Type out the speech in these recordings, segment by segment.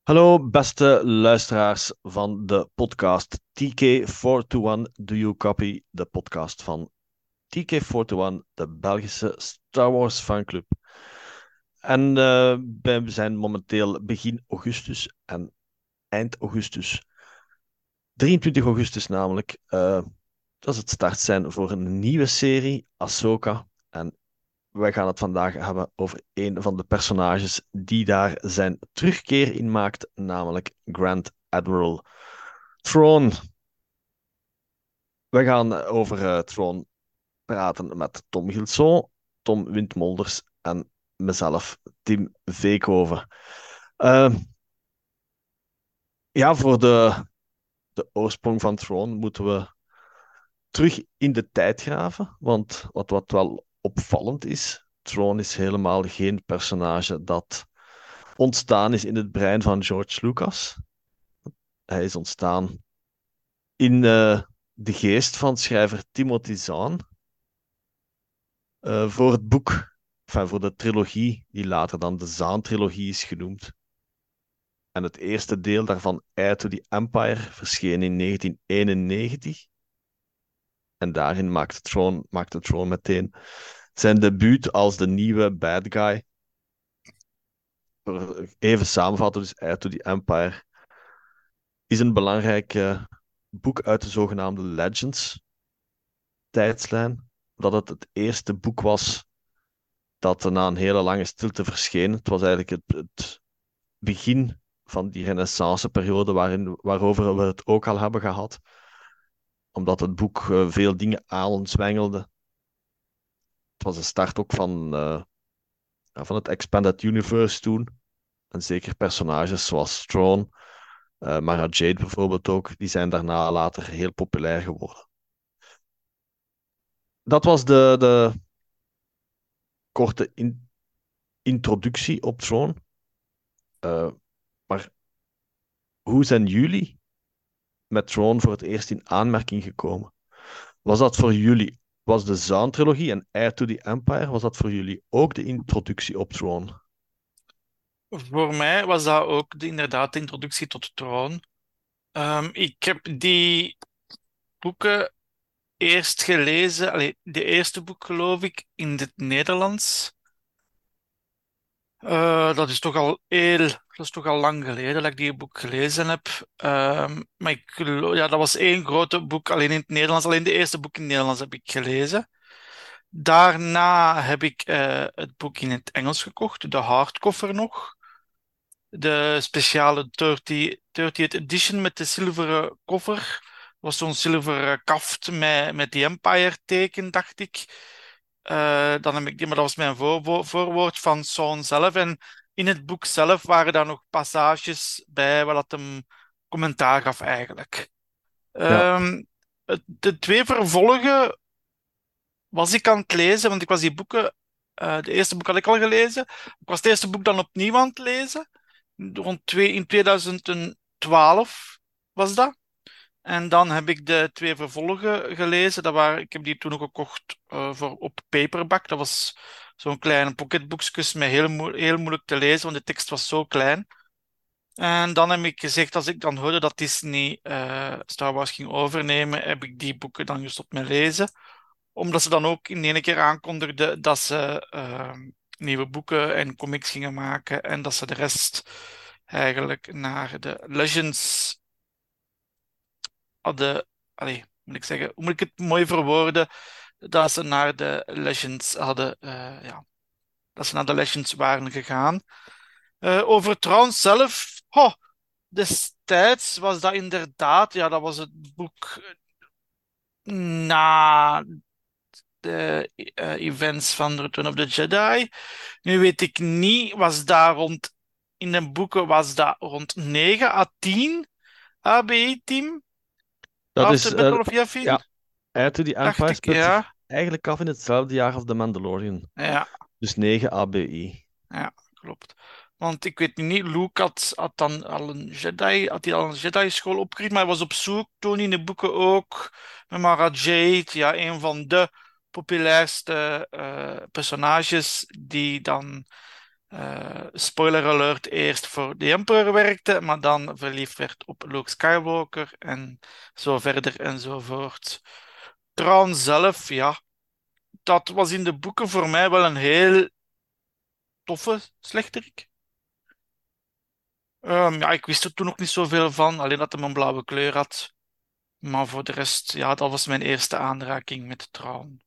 Hallo, beste luisteraars van de podcast TK421 Do You Copy? De podcast van TK421, de Belgische Star Wars fanclub. En we zijn momenteel begin augustus en eind augustus, 23 augustus namelijk, dat is het start zijn voor een nieuwe serie, Ahsoka. En wij gaan het vandaag hebben over een van de personages die daar zijn terugkeer in maakt, namelijk Grand Admiral Thrawn. We gaan over Thrawn praten met Tom Gilson, Tom Windmolders en mezelf, Tim Veekhoven. Uh, ja, voor de oorsprong van Thrawn moeten we terug in de tijd graven, want wat wel opvallend is, Thrawn is helemaal geen personage dat ontstaan is in het brein van George Lucas. Hij is ontstaan in de geest van schrijver Timothy Zahn voor het boek, enfin, voor de trilogie, die later dan de Zahn-trilogie is genoemd. En het eerste deel daarvan, Heir to the Empire, verscheen in 1991. En daarin maakte Thrawn meteen zijn debuut als de nieuwe bad guy. Even samenvatten, dus Heir to the Empire is een belangrijk boek uit de zogenaamde Legends tijdslijn. Dat het eerste boek was dat na een hele lange stilte verscheen. Het was eigenlijk het begin van die renaissanceperiode waarover we het ook al hebben gehad. Omdat het boek veel dingen aanzwengelde. Het was de start ook van het Expanded Universe toen. En zeker personages zoals Thrawn, Mara Jade bijvoorbeeld ook, die zijn daarna later heel populair geworden. Dat was de korte introductie op Thrawn. Uh, maar hoe zijn jullie met Thrawn voor het eerst in aanmerking gekomen? Was dat voor jullie, was de Zaan-trilogie en Heir to the Empire, was dat voor jullie ook de introductie op Thrawn? Voor mij was dat ook inderdaad de introductie tot Troon. Ik heb die boeken eerst gelezen, de eerste boek geloof ik, in het Nederlands. Dat is toch al lang geleden dat ik die boek gelezen heb. Maar ja, dat was één grote boek alleen in het Nederlands. Alleen de eerste boek in het Nederlands heb ik gelezen. Daarna heb ik het boek in het Engels gekocht, de hardcover nog. De speciale 30th edition met de zilveren cover. Was zo'n zilveren kaft met die Empire teken, dacht ik. Dan heb ik die, maar dat was mijn voorwoord van Sean zelf. En in het boek zelf waren daar nog passages bij waar dat hem commentaar gaf eigenlijk. Ja, Ehm, de twee vervolgen was ik aan het lezen, want ik was die boeken, de eerste boek had ik al gelezen. Ik was het eerste boek dan opnieuw aan het lezen. In 2012 was dat. En dan heb ik de twee vervolgen gelezen. Ik heb die toen ook gekocht voor op paperback. Dat was zo'n klein pocketboekjes met heel moeilijk te lezen, want de tekst was zo klein. En dan heb ik gezegd, als ik dan hoorde dat Disney Star Wars ging overnemen, heb ik die boeken dan gestopt met lezen. Omdat ze dan ook in ene keer aankondigden dat ze nieuwe boeken en comics gingen maken. En dat ze de rest eigenlijk naar de Legends hadden. Allee, moet ik zeggen, hoe moet ik het mooi verwoorden? Dat ze naar de Legends hadden. Ja, dat ze naar de Legends waren gegaan. Over Trouwens zelf. Destijds was dat inderdaad. Ja, dat was het boek na de events van Return of the Jedi. Nu weet ik niet, in de boeken was dat rond 9 à 10 ABI-team, dat is, After Battle of Yavin, ja, Heir to the dacht Empire ik. speelt zich Ja, eigenlijk af in hetzelfde jaar als The Mandalorian. ja, Dus 9 ABI. ja, klopt. Want ik weet niet, Luke had dan al een Jedi-school opgericht, maar hij was op zoek toen in de boeken ook met Mara Jade, ja, een van de populairste personages die dan spoiler alert, eerst voor The Emperor werkte, maar dan verliefd werd op Luke Skywalker en zo verder enzovoort. Thrawn zelf, ja, dat was in de boeken voor mij wel een heel toffe slechterik. Ja, ik wist er toen ook niet zoveel van, alleen dat hij een blauwe kleur had. Maar voor de rest, ja, dat was mijn eerste aanraking met Thrawn.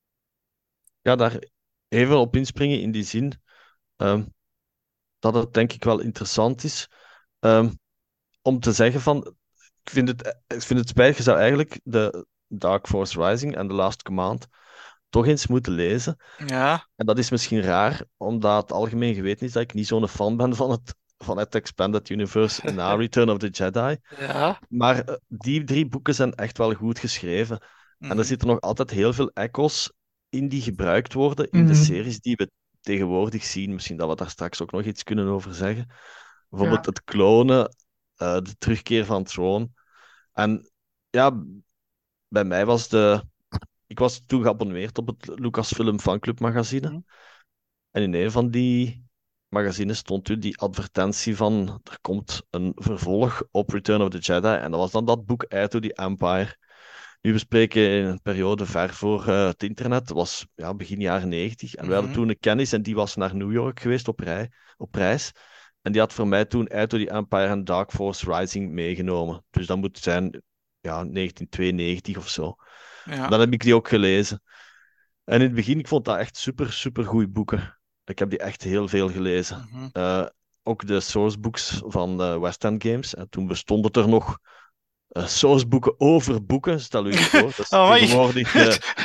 Ja, daar even op inspringen in die zin ehm, dat het denk ik wel interessant is ehm, om te zeggen van, ik vind het spijtig, je zou eigenlijk de Dark Force Rising en The Last Command toch eens moeten lezen. Ja, En dat is misschien raar, omdat het algemeen geweten is dat ik niet zo'n fan ben van het Expanded Universe na Return of the Jedi. ja. Maar die drie boeken zijn echt wel goed geschreven. En er Mhm, zitten nog altijd heel veel echo's in die gebruikt worden in de Mhm. series die we tegenwoordig zien. Misschien dat we daar straks ook nog iets kunnen over zeggen. Bijvoorbeeld Ja. het klonen, de terugkeer van Thrawn. En ja, bij mij was ik was toen geabonneerd op het Lucasfilm Fanclub magazine. mhm, En in een van die magazines stond u die advertentie van er komt een vervolg op Return of the Jedi. En dat was dan dat boek Heir to the Empire. Nu, we spreken in een periode ver voor het internet. Dat was ja, begin jaren 90. En we hadden mhm. toen een kennis en die was naar New York geweest op reis. En die had voor mij toen Heir to the Empire en Dark Force Rising meegenomen. Dus dat moet zijn ja, 1992 of zo. Ja. Dan heb ik die ook gelezen. En in het begin, ik vond dat echt super, super goede boeken. Ik heb die echt heel veel gelezen. Mhm. Eh, Ook de sourcebooks van West End Games. En toen bestonden er nog sourceboeken over boeken. Stel u eens voor, dat is Amai. tegenwoordig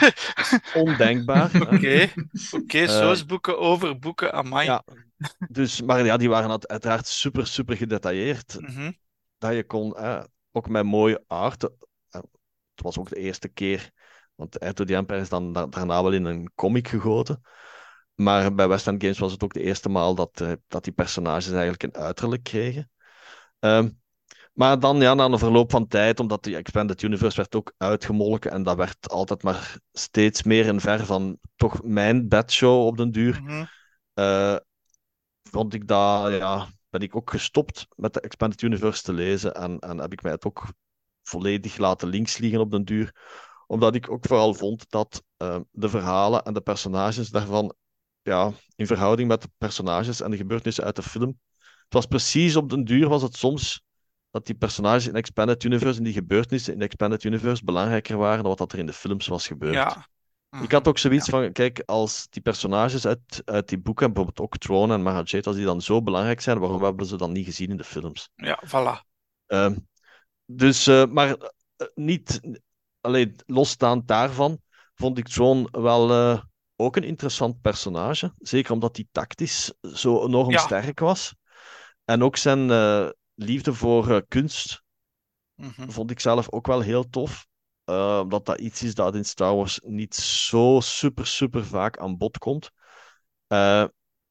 ondenkbaar. Hè? Oké, oké, Eh, zoals boeken over boeken, amai. ja, dus, maar ja, die waren uiteraard super, super gedetailleerd. Mhm, Dat je kon, ook met mooie art. Het was ook de eerste keer, want Echo the Empire is dan daarna wel in een comic gegoten. Maar bij West End Games was het ook de eerste maal dat die personages eigenlijk een uiterlijk kregen. Ehm, maar dan, ja, na een verloop van tijd, omdat die Expanded Universe werd ook uitgemolken en dat werd altijd maar steeds meer en ver van toch mijn bedshow op den duur, mhm. eh, vond ik dat, ja, ben ik ook gestopt met de Expanded Universe te lezen en heb ik mij het ook volledig laten links liggen op den duur. Omdat ik ook vooral vond dat de verhalen en de personages daarvan, ja, in verhouding met de personages en de gebeurtenissen uit de film, het was precies op den duur was het soms dat die personages in Expanded Universe en die gebeurtenissen in de Expanded Universe belangrijker waren dan wat dat er in de films was gebeurd. Ja. Ik Mhm. had ook zoiets Ja. van, kijk, als die personages uit die boeken, bijvoorbeeld ook Throne en Maharaja, als die dan zo belangrijk zijn, waarom hebben ze dan niet gezien in de films? Ja, voilà. Ehm, dus, maar niet, alleen losstaand daarvan, vond ik Throne wel ook een interessant personage. Zeker omdat hij tactisch zo enorm Ja. sterk was. En ook zijn liefde voor kunst Mhm. vond ik zelf ook wel heel tof. Omdat dat iets is dat in Star Wars niet zo super, super vaak aan bod komt. Eh,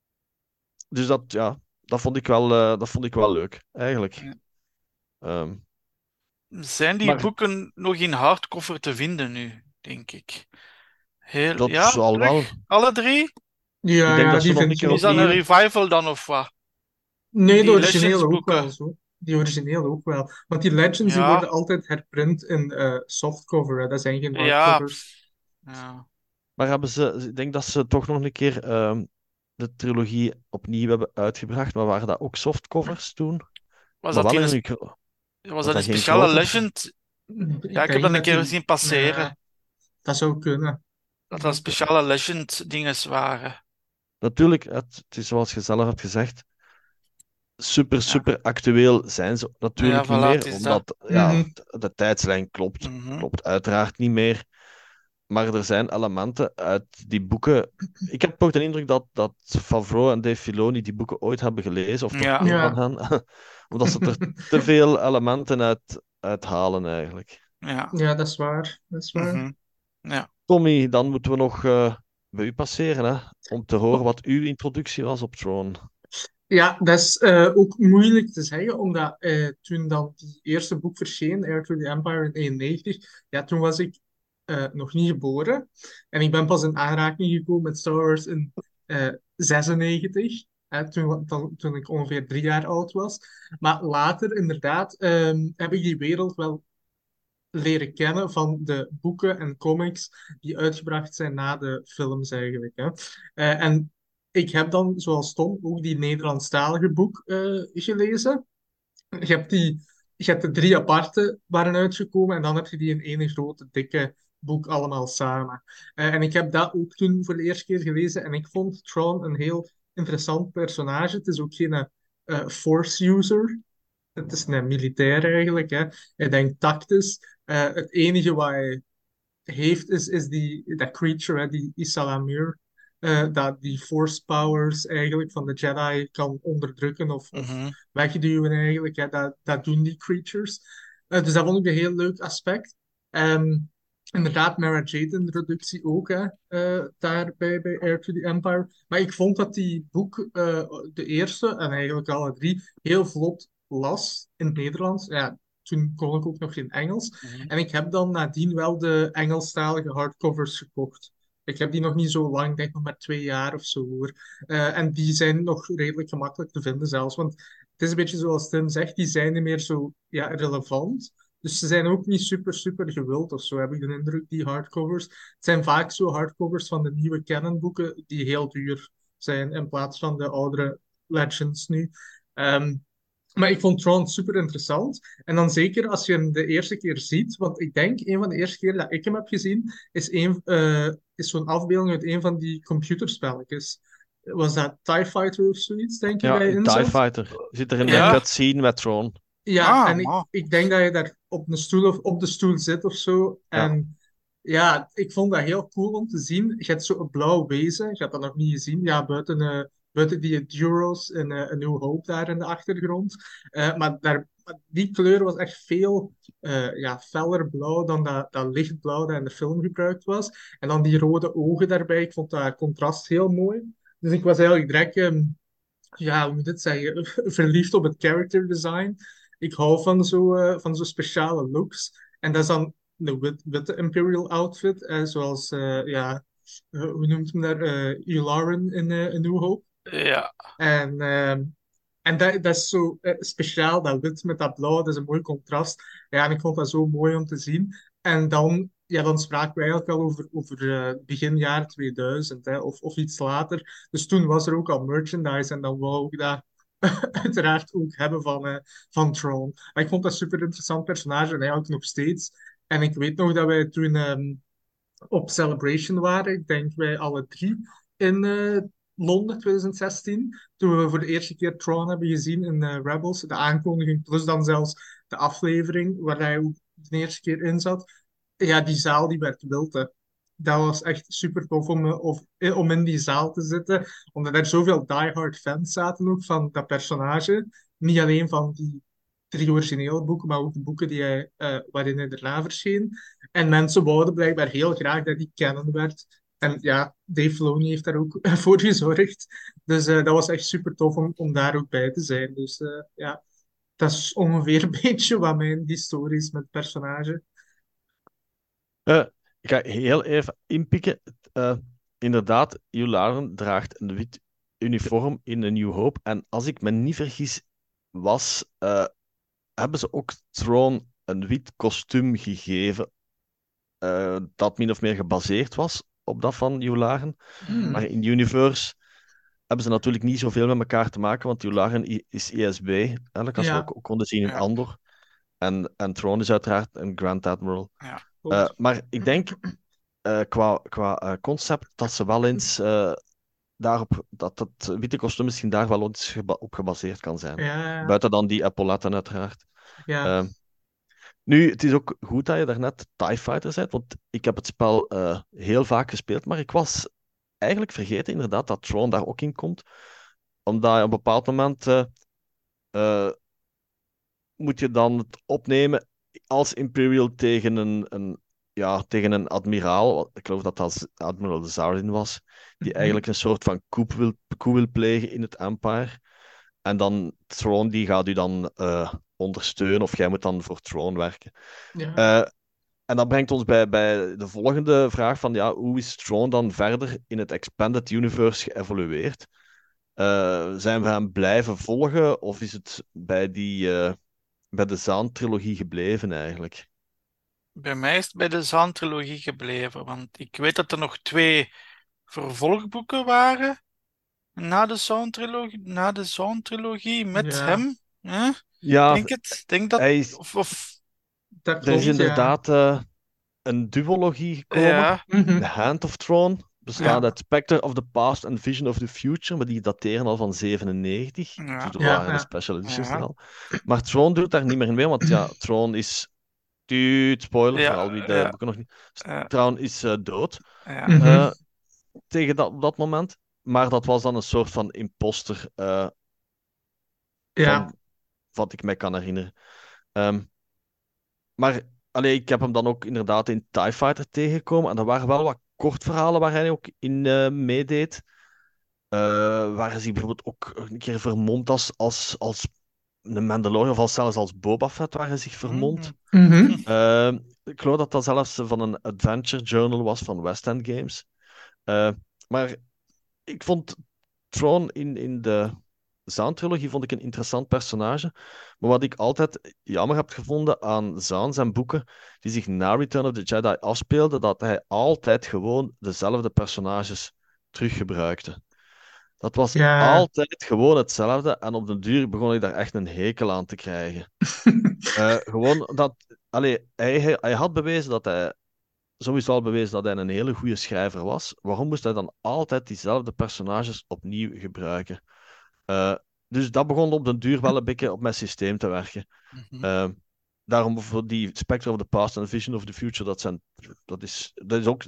dus ja, dat vond ik wel leuk, eigenlijk. Ja. Ehm, Zijn die maar boeken nog in hardcover te vinden nu, denk ik? Heel, dat ja, zal wel. terug? Alle drie? Ik Ja, denk ja, dat ze die nog een vind je keer Is nog dat een opnieuw. revival dan of wat? Nee, de Die originele Legends ook wel boeken. zo. Die originele ook wel. Want die Legends die Ja, worden altijd herprint in softcover. Hè. Dat zijn geen ja, hardcovers. ja. Maar ik denk dat ze toch nog een keer de trilogie opnieuw hebben uitgebracht. Maar waren dat ook softcovers toen? Was Maar dat wel in in een, een, was was dat een dat geen speciale grote? Legend? Ja, Ik ik heb denk dat een dat keer die... zien passeren. dat zou kunnen. Dat dat speciale Legend dinges waren. Natuurlijk, het is zoals je zelf hebt gezegd. Super, Ja, super actueel zijn ze ja, natuurlijk niet voilà, het meer. is dat. Omdat ja, Mhm. de tijdslijn Mhm. klopt uiteraard niet meer. Maar er zijn elementen uit die boeken. Ik heb ook de indruk dat Favreau en Dave Filoni die boeken ooit hebben gelezen, of toch Ja, één van Ja. hen, omdat ze er te veel elementen uit halen eigenlijk. ja. Ja, dat is waar. Dat is waar. Mhm. Ja. Tommy, dan moeten we nog bij u passeren, hè, om te horen wat uw introductie was op Throne. Ja, dat is ook moeilijk te zeggen, omdat toen dan die eerste boek verscheen, Heir to the Empire in 91, ja, toen was ik nog niet geboren. En ik ben pas in aanraking gekomen met Star Wars in 96. toen ik ongeveer 3 jaar oud was. Maar later, inderdaad, heb ik die wereld wel leren kennen van de boeken en comics die uitgebracht zijn na de films eigenlijk. Hè. En ik heb dan, zoals Tom, ook die Nederlandstalige boek gelezen. Je hebt je hebt de 3 aparte waren uitgekomen en dan heb je die in één grote, dikke boek allemaal samen. En ik heb dat ook toen voor de eerste keer gelezen en ik vond Tron een heel interessant personage. Het is ook geen force user. Het is een militair eigenlijk. Hè. Hij denkt tactisch. Het enige wat hij heeft is dat creature, hè, die Isalamir, dat die force powers eigenlijk van de Jedi kan onderdrukken of Mhm. wegduwen eigenlijk. Hè. Dat doen die creatures. Dus dat vond ik een heel leuk aspect. Ehm, Inderdaad, Mara Jade-introductie ook, hè, daar bij Heir to the Empire. Maar ik vond dat die boek, de eerste en eigenlijk alle 3, heel vlot las in het Nederlands. Ja, toen kon ik ook nog geen Engels. Mhm. En ik heb dan nadien wel de Engelstalige hardcovers gekocht. Ik heb die nog niet zo lang, ik denk nog maar 2 jaar of zo hoor. En die zijn nog redelijk gemakkelijk te vinden zelfs. Want het is een beetje zoals Tim zegt, die zijn niet meer zo ja, relevant. Dus ze zijn ook niet super, super gewild of zo, heb ik de indruk, die hardcovers. Het zijn vaak zo hardcovers van de nieuwe Canon-boeken die heel duur zijn in plaats van de oudere Legends nu. Ehm, maar ik vond Tron super interessant. En dan zeker als je hem de eerste keer ziet, want ik denk een van de eerste keer dat ik hem heb gezien, is zo'n afbeelding uit een van die computerspelletjes. Was dat TIE Fighter of zoiets, denk ik, Ja, dat je een in TIE zat? Fighter. Zit er in de Ja. cutscene met Tron. Ja, Ah, en wow. ik denk dat je daar op een stoel of op de stoel zit of zo. Ja. En ja, ik vond dat heel cool om te zien. Je hebt zo'n blauw wezen, je hebt dat nog niet gezien. Ja, buiten die Duros en A New Hope daar in de achtergrond. Maar die kleur was echt veel ja, feller blauw dan dat lichtblauw dat in de film gebruikt was. En dan die rode ogen daarbij, ik vond dat contrast heel mooi. Dus ik was eigenlijk direct ja, hoe moet ik dit zeggen, verliefd op het character design. Ik hou van zo speciale looks. En dat is dan de witte Imperial outfit, zoals, ja, hoe noemt hem daar, Yularen in A New Hope. Ja. En, dat is zo speciaal, dat wit met dat blauw, dat is een mooi contrast. Ja, en ik vond dat zo mooi om te zien. En dan, ja, dan spraken we eigenlijk al over begin jaar 2000, hè, of iets later. Dus toen was er ook al merchandise en dan wou ik dat uiteraard ook hebben van Tron. Maar ik vond dat een super interessant personage en eigenlijk nog steeds. En ik weet nog dat wij toen op Celebration waren. Ik denk wij alle 3 in Londen 2016. Toen we voor de eerste keer Tron hebben gezien in Rebels. De aankondiging, plus dan zelfs de aflevering waar hij ook de eerste keer in zat. Ja, die zaal die werd wild, hè. Dat was echt super tof om in die zaal te zitten. Omdat er zoveel diehard fans zaten ook van dat personage. Niet alleen van die 3 originele boeken, maar ook de boeken waarin hij daarna verscheen. En mensen wouden blijkbaar heel graag dat die canon werd. En ja, Dave Filoni heeft daar ook voor gezorgd. Dus dat was echt super tof om daar ook bij te zijn. Dus ja, dat is ongeveer een beetje wat mijn historie is met het personage. Eh, ik ga heel even inpikken. Eh, Inderdaad, Hugh Lauren draagt een wit uniform in A New Hope. En als ik me niet vergis, hebben ze ook Thrawn een wit kostuum gegeven dat min of meer gebaseerd was op dat van Hugh Lauren. Maar in Universe hebben ze natuurlijk niet zoveel met elkaar te maken, want Hugh Lauren is ESB, eigenlijk als we Ja, ook konden zien in Ja. Andor. En Thrawn is uiteraard een Grand Admiral. Ja. klopt. Maar ik denk qua concept dat ze wel eens daarop, dat het witte kostuum misschien daar wel eens op gebaseerd kan zijn. Ja, Buiten dan die epauletten uiteraard. ja, Eh, Nu, het is ook goed dat je daarnet TIE Fighter zei, want ik heb het spel heel vaak gespeeld, maar ik was eigenlijk vergeten inderdaad dat Tron daar ook in komt. Omdat je op een bepaald moment eh, moet je dan het opnemen als Imperial tegen ja, tegen een admiraal. Ik geloof dat dat Admiral Zarin was, die eigenlijk een soort van coup wil plegen in het Empire. En dan Throne die gaat u dan ondersteunen, of jij moet dan voor Throne werken. ja. Eh, en dat brengt ons bij de volgende vraag van ja, hoe is Throne dan verder in het Expanded Universe geëvolueerd? Zijn we hem blijven volgen of is het bij de Zaan-trilogie gebleven eigenlijk? Bij mij is het bij de Zaan-trilogie gebleven, want ik weet dat er nog 2 vervolgboeken waren na de Zaan-trilogie met Ja, hem. Hè? Ja, Denk het? Denk dat? hij is, Of dat er is klopt, ja. inderdaad een duologie gekomen. ja, The Mhm. Hand of Throne bestaat Ja, uit Spectre of the Past en Vision of the Future, maar die dateren al van 97. ja, Toen ja, waren de ja. special editions er ja, al. Maar Throne doet daar niet meer in mee, want ja, Throne is... Tuut, spoiler, ja, voor al wie de ja, boeken nog niet... ja, Throne is dood ja. Mhm. eh, tegen dat moment. Maar dat was dan een soort van imposter Ja. van wat ik mij kan herinneren. Ehm, maar allee, ik heb hem dan ook inderdaad in TIE Fighter tegengekomen. En er waren wel wat kortverhalen waar hij ook in meedeed. Waar hij zich bijvoorbeeld ook een keer vermomd als een Mandalorian, of zelfs als Boba Fett, waar hij zich vermomt. Mhm. Mhm. Ik geloof dat dat zelfs van een adventure journal was van West End Games. Eh, maar ik vond Thrawn in de Zaan-trilogie vond ik een interessant personage. Maar wat ik altijd jammer heb gevonden aan Zaan zijn boeken, die zich na Return of the Jedi afspeelden, dat hij altijd gewoon dezelfde personages teruggebruikte. Dat was Ja. altijd gewoon hetzelfde en op den duur begon ik daar echt een hekel aan te krijgen. Gewoon dat... Allee, hij had bewezen dat hij... Sowieso al bewezen dat hij een hele goede schrijver was. Waarom moest hij dan altijd diezelfde personages opnieuw gebruiken? Eh, dus dat begon op den duur wel een beetje op mijn systeem te werken. Mhm. Eh, Daarom voor die Spectre of the Past en Vision of the Future, dat is ook...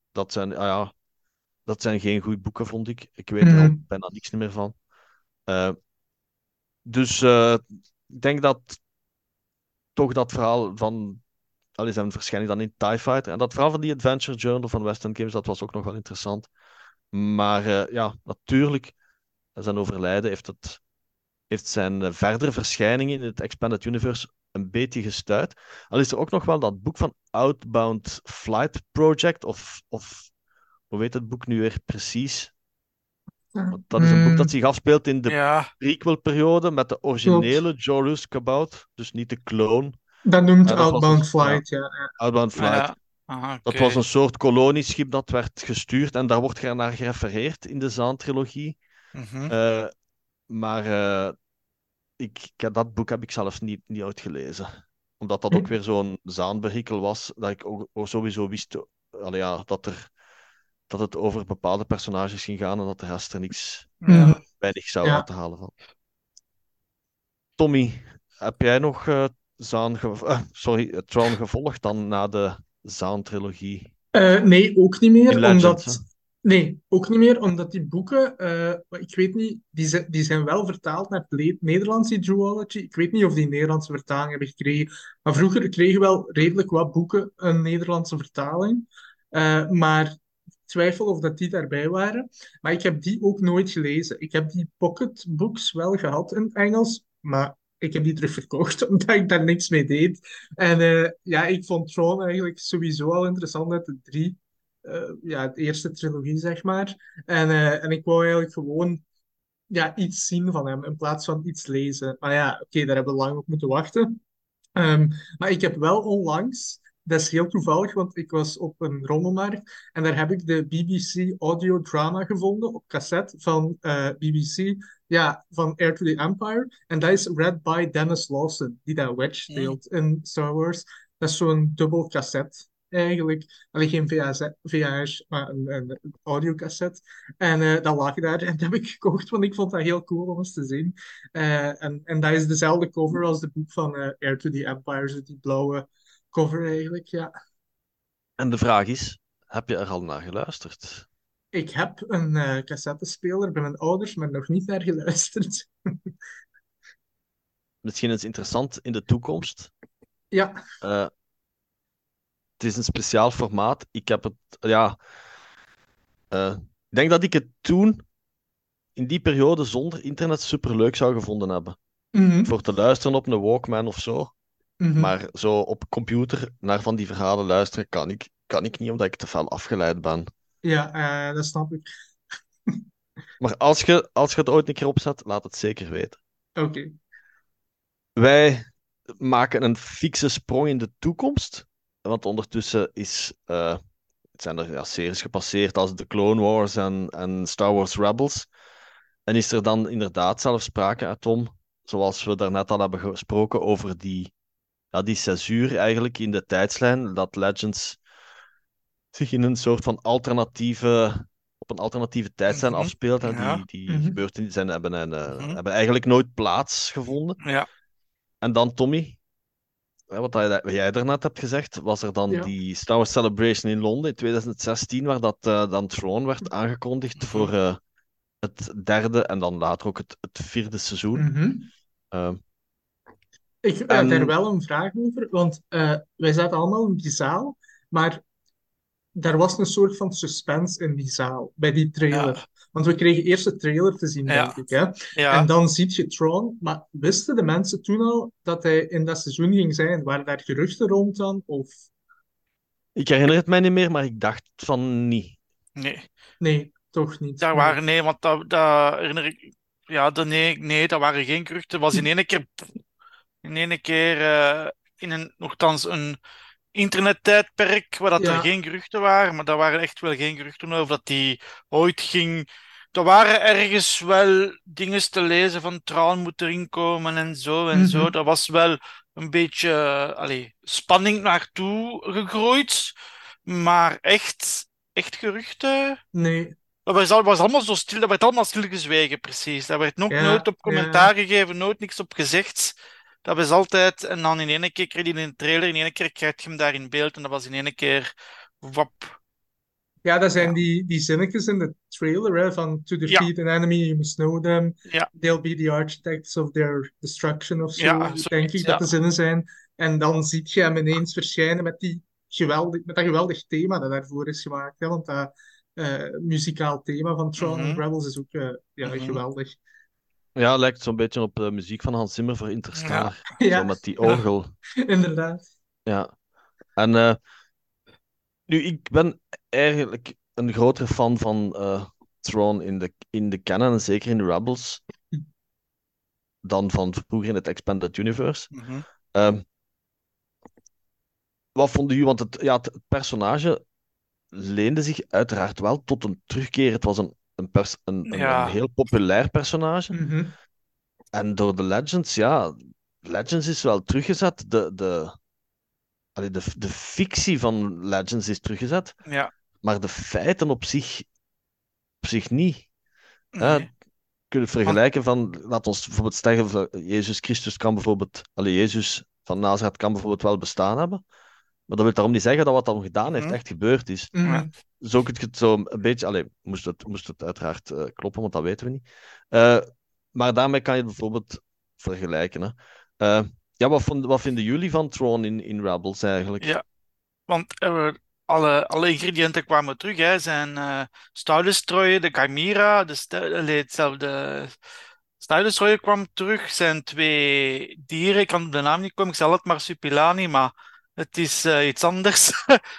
Dat zijn geen goede boeken, vond ik. Ik weet er al Mhm. bijna niks meer van. Eh, dus ik denk dat toch dat verhaal van... Al zijn verschijning dan in TIE Fighter. En dat verhaal van die Adventure Journal van Western Games, dat was ook nog wel interessant. Maar ja, natuurlijk, zijn overlijden heeft zijn verdere verschijningen in het Expanded Universe een beetje gestuit. Al is er ook nog wel dat boek van Outbound Flight Project, of hoe heet het boek nu weer precies? Want dat is een boek dat Mhm. zich afspeelt in de Ja, prequel-periode met de Klopt. originele Joruus Kabout, dus niet de clone. Dat noemt Dat was Outbound dus, ja, Flight, ja. Outbound Flight. ja. Aha, Dat was oké. een soort kolonieschip dat werd gestuurd en daar wordt naar gerefereerd in de Zaan-trilogie. Mhm. Eh, maar dat boek heb ik zelfs niet uitgelezen. Omdat dat ook weer zo'n Zaan-vehikel was, dat ik ook sowieso wist allee, ja, dat het over bepaalde personages ging gaan en dat de rest er Mhm. Ja. weinig zou uit Ja. te halen van. Tommy, heb jij nog Throne gevolgd dan na de Zaan-trilogie? Nee, ook niet In meer, Legends, hè? omdat... Nee, ook niet meer, omdat die boeken, ik weet niet, die zijn wel vertaald naar het Nederlands, die duology. Ik weet niet of die een Nederlandse vertaling hebben gekregen, maar vroeger kregen we wel redelijk wat boeken een Nederlandse vertaling. Maar ik twijfel of dat die daarbij waren. Maar ik heb die ook nooit gelezen. Ik heb die pocketbooks wel gehad in het Engels, maar ik heb die terugverkocht, omdat ik daar niks mee deed. En ja, ik vond Tron eigenlijk sowieso al interessant uit de drie. Ja, de eerste trilogie, zeg maar. En ik wou eigenlijk gewoon ja, iets zien van hem in plaats van iets lezen. Maar ja, oké, daar hebben we lang op moeten wachten. Ehm, maar ik heb wel onlangs, dat is heel toevallig, want ik was op een rommelmarkt en daar heb ik de BBC audio drama gevonden op cassette van BBC, ja, van Heir to the Empire. En dat is read by Dennis Lawson, die dat Wedge Mm. speelt in Star Wars. Dat is zo'n dubbel cassette eigenlijk. Alleen geen VHS, maar een audiocassette. En dat lag daar en dat heb ik gekocht, want ik vond dat heel cool om eens te zien. En dat is dezelfde cover als de boek van Heir to the Empire, zo die blauwe cover eigenlijk, ja. En de vraag is, heb je er al naar geluisterd? Ik heb een cassettespeler bij mijn ouders, maar nog niet naar geluisterd. Misschien is interessant in de toekomst. Ja. Eh, het is een speciaal formaat. Ik heb het, ja, ik denk dat ik het toen, in die periode, zonder internet superleuk zou gevonden hebben. Mhm. Voor te luisteren op een Walkman of zo. Mhm. Maar zo op computer naar van die verhalen luisteren kan ik niet, omdat ik te veel afgeleid ben. Ja, dat snap ik. Maar als je het ooit een keer opzet, laat het zeker weten. Oké. Wij maken een fikse sprong in de toekomst. Want ondertussen zijn er series gepasseerd als The Clone Wars en Star Wars Rebels. En is er dan inderdaad zelfs sprake uit om, zoals we daarnet al hebben gesproken, over die césuur eigenlijk in de tijdslijn, dat Legends zich in een soort van op een alternatieve tijdslijn Mhm. afspeelt. Hè. Ja. Die Mhm. gebeurtenissen Mhm. hebben eigenlijk nooit plaatsgevonden. Ja. En dan, Tommy, hè, wat jij daarnet hebt gezegd, was er dan Ja. die Star Wars Celebration in Londen in 2016, waar dat dan Throne werd aangekondigd Mhm. voor het derde en dan later ook het vierde seizoen. Mhm. Uh, Ik heb daar en wel een vraag over, want wij zaten allemaal in die zaal, maar daar was een soort van suspense in die zaal, bij die Ja. trailer. Want we kregen eerst de trailer te zien, denk Ja. ik. Hè? En Ja. dan zie je Tron, maar wisten de mensen toen al dat hij in dat seizoen ging zijn? Waren daar geruchten rond dan? Of ik herinner het mij niet meer, maar ik dacht van niet. Nee. nee, toch niet? Daar Nee. waren, nee, want dat herinner ik. Ja, nee, dat waren geen geruchten. Het was in ene keer in nogthans een internettijdperk waar dat er Ja. geen geruchten waren, maar daar waren echt wel geen geruchten over dat die ooit ging. Er waren ergens wel dingen te lezen van Traan moet erin komen en zo en zo. Mhm. Dat was wel een beetje spanning naartoe gegroeid, maar echt geruchten. Nee. Dat was allemaal zo stil, dat werd allemaal stilgezwegen, precies. Daar werd nog nooit Ja, op ja. commentaar gegeven, nooit niks op gezegd. Dat was altijd, en dan in ene keer kreeg je die in de trailer, in ene keer krijg je hem daar in beeld, en dat was in ene keer, wap. Ja, dat zijn Ja, die zinnetjes in de trailer, hè, van to ja, defeat an enemy, you must know them. ja, They'll be the architects of their destruction of zo, ja, denk zoiets, ik dat ja. de zinnen zijn. En dan zie je hem ineens verschijnen met, met dat geweldig thema dat daarvoor is gemaakt. Hè, want dat muzikaal thema van Tron and Mhm, Rebels is ook ja, mhm. geweldig. Ja, lijkt zo'n beetje op de muziek van Hans Zimmer voor Ja, Interstellar. Zo Ja, met die ja, orgel. inderdaad. Ja. En nu, ik ben eigenlijk een grotere fan van Thrawn in de canon, en zeker in de Rebels, dan van vroeger in het Expanded Universe. mhm. Ehm, wat vonden jullie? Want het personage leende zich uiteraard wel tot een terugkeer. Het was een Ja, heel populair personage. Mhm. En door de Legends, ja, Legends is wel teruggezet. De fictie van Legends is teruggezet, ja, maar de feiten op zich niet. nee. Kunnen Want, vergelijken van, laat ons bijvoorbeeld zeggen, Jezus Christus kan bijvoorbeeld, Jezus van Nazareth kan bijvoorbeeld wel bestaan hebben, maar dat wil daarom niet zeggen dat wat hij gedaan heeft mhm, echt gebeurd is. ja, Mhm. Zo kun je het zo een beetje, moest het uiteraard kloppen, want dat weten we niet. Eh, maar daarmee kan je het bijvoorbeeld vergelijken. Hè. Ja, wat vinden jullie van Tron in Rebels eigenlijk? ja. Want alle ingrediënten kwamen terug. Hè. Zijn Star Destroyer, de Chimera, hetzelfde. Star Destroyer kwam terug. Zijn twee dieren, ik kan op de naam niet komen, ik zal het Marsupilami, maar het is iets anders.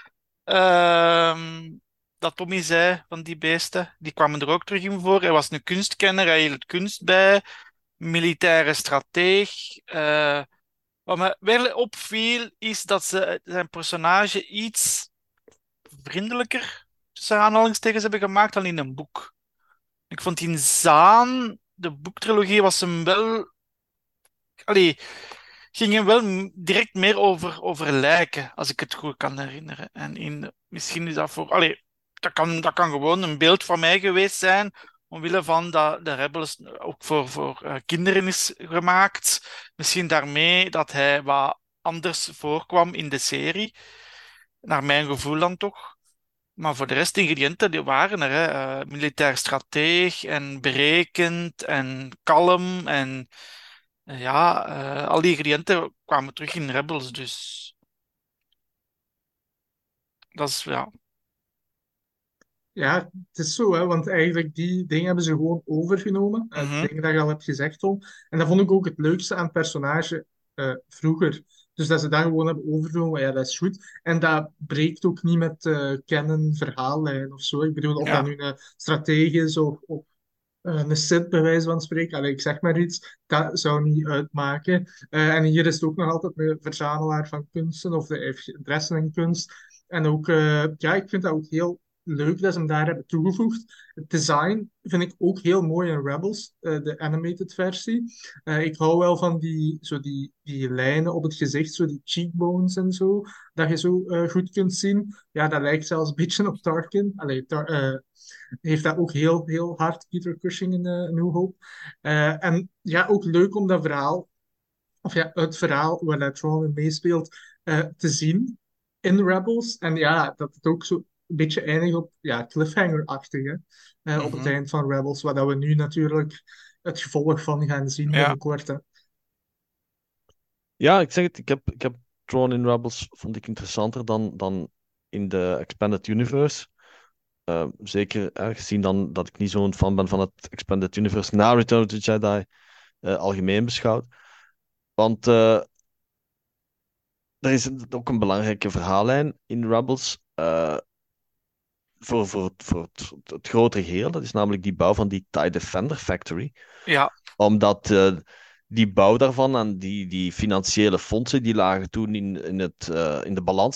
Ehm, dat Tommy zei van die beesten, die kwamen er ook terug in voor. Hij was een kunstkenner, hij hield kunst bij, militaire strateeg. Wat me wel opviel, is dat ze zijn personage iets vriendelijker, tussen aanhalingstekens, hebben gemaakt dan in een boek. Ik vond in Zaan, de boektrilogie, was hem wel... Allee, ging hem wel direct meer over lijken, als ik het goed kan herinneren. En misschien is dat voor... Allee, dat kan gewoon een beeld van mij geweest zijn, omwille van dat de Rebels ook voor kinderen is gemaakt. Misschien daarmee dat hij wat anders voorkwam in de serie, naar mijn gevoel dan toch. Maar voor de rest, de ingrediënten die waren er. Hè. Militair strateeg en berekend en kalm. En ja, al die ingrediënten kwamen terug in Rebels. Dus dat is, ja. Ja, het is zo, hè, want eigenlijk die dingen hebben ze gewoon overgenomen. Mhm, Dingen dat je al hebt gezegd, Tom. En dat vond ik ook het leukste aan het personage vroeger. Dus dat ze dat gewoon hebben overgenomen, ja, dat is goed. En dat breekt ook niet met canon verhaallijn of zo. Ik bedoel, of dat ja. nu een strategie is of een Sith bij wijze van spreken. Allee, ik zeg maar iets, dat zou niet uitmaken. En hier is het ook nog altijd een verzamelaar van kunsten, of de heeft interesse in kunst. En ook, ja, ik vind dat ook heel leuk dat ze hem daar hebben toegevoegd. Het design vind ik ook heel mooi in Rebels, de animated versie. Ik hou wel van die lijnen op het gezicht, zo die cheekbones en zo, dat je zo goed kunt zien. Ja, dat lijkt zelfs een beetje op Tarkin. Allee, heeft dat ook heel, heel hard, Peter Cushing in New Hope. En ja, ook leuk om dat verhaal, of ja, het verhaal waar dat Thrawn in meespeelt, te zien in Rebels. En ja, dat het ook zo een beetje eindigt op ja, cliffhanger-achtig, hè, op het Mhm. eind van Rebels, waar dat we nu natuurlijk het gevolg van gaan zien Ja, binnenkort. Hè. Ja, ik zeg het, ik heb Tron in Rebels vond ik interessanter dan in de Expanded Universe. Zeker gezien dan dat ik niet zo'n fan ben van het Expanded Universe na Return of the Jedi, algemeen beschouwd. Want er is ook een belangrijke verhaallijn in Rebels voor het grotere geheel. Dat is namelijk die bouw van die TIE Defender Factory. ja. Omdat die bouw daarvan en die financiële fondsen, die lagen toen in de balans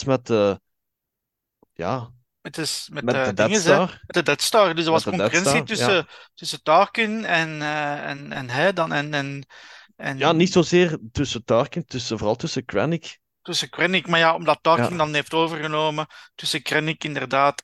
ja, Met met de de Death dinges, hè. Star. Met de Death Star. Dus er Met was de Death concurrentie Star, ja. tussen Tarkin en hij dan. Ja, En niet zozeer tussen Tarkin, vooral tussen Krennic. tussen Krennic. Maar ja, omdat Tarkin Ja. dan heeft overgenomen. Tussen Krennic inderdaad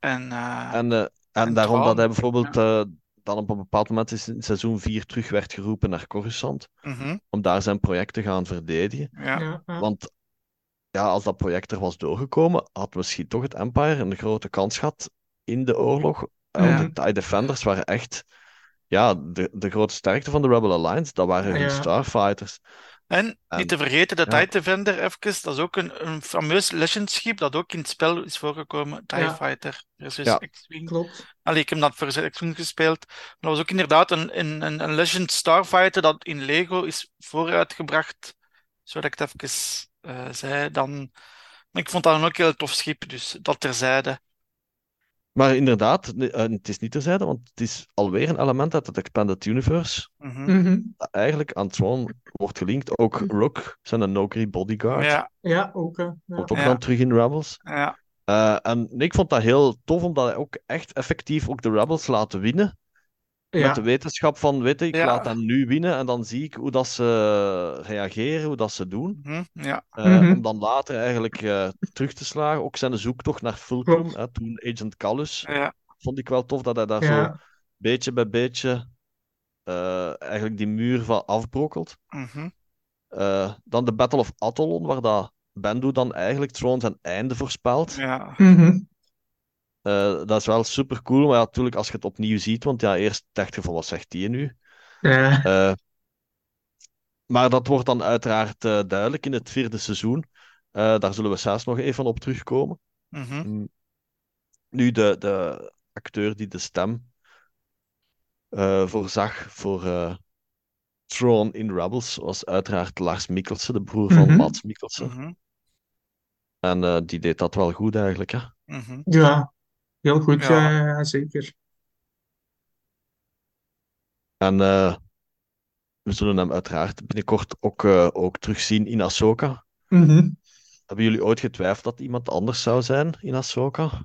En en daarom dat hij Thrawn. bijvoorbeeld Ja, dan op een bepaald moment in seizoen 4 terug werd geroepen naar Coruscant, Mhm. om daar zijn project te gaan verdedigen. Ja. ja, ja, Want ja, als dat project er was doorgekomen, had misschien toch het Empire een grote kans gehad in de oorlog. Want Ja. de mhm, TIE Defenders waren echt ja, de grote sterkte van de Rebel Alliance. Dat waren hun ja, starfighters. En niet En te vergeten, de TIE ja, Defender, even, dat is ook een fameus Legends-schip dat ook in het spel is voorgekomen. TIE ja, Fighter versus ja, X-Wing. klopt. Allee, ik heb dat voor X-Wing gespeeld. Maar dat was ook inderdaad een Legend Starfighter dat in Lego is vooruitgebracht. Zodat ik het even zei. Maar ik vond dat een ook heel tof schip, dus dat terzijde. maar inderdaad, het is niet terzijde, want het is alweer een element uit het Expanded Universe Mhm. Mhm. dat eigenlijk aan Thrawn wordt gelinkt. Ook Rook, zijn Nogri bodyguard, Ja, Ja, ook. Ja. komt ook dan ja, terug in Rebels. ja. En ik vond dat heel tof, omdat hij ook echt effectief ook de Rebels laten winnen. Met de Ja, wetenschap van, weet je, ik laat Ja. hen nu winnen en dan zie ik hoe dat ze reageren, hoe dat ze doen. Ja. Om mhm, dan later eigenlijk terug te slagen. Ook zijn zoektocht naar Fulcrum, klopt. toen Agent Kallus, Ja. vond ik wel tof dat hij daar zo Ja, beetje bij beetje eigenlijk die muur van afbrokkelt. Mhm. Dan de Battle of Atollon, waar dat Bendu dan eigenlijk Thrawn zijn einde voorspelt. Ja. mhm, Dat is wel super cool, maar ja, natuurlijk als je het opnieuw ziet, want ja, eerst dacht je van wat zegt die nu? ja, Eh, maar dat wordt dan uiteraard duidelijk in het vierde seizoen. Daar zullen we zelfs nog even op terugkomen. Mhm. Mm. Nu, de acteur die de stem voorzag voor Thrawn in Rebels was uiteraard Lars Mikkelsen, de broer van mhm. Mads Mikkelsen. Mhm. En die deed dat wel goed eigenlijk, hè. Mhm. Ja, heel goed, Ja. ja, zeker. En we zullen hem uiteraard binnenkort ook terugzien in Ahsoka. Mhm. Hebben jullie ooit getwijfeld dat iemand anders zou zijn in Ahsoka?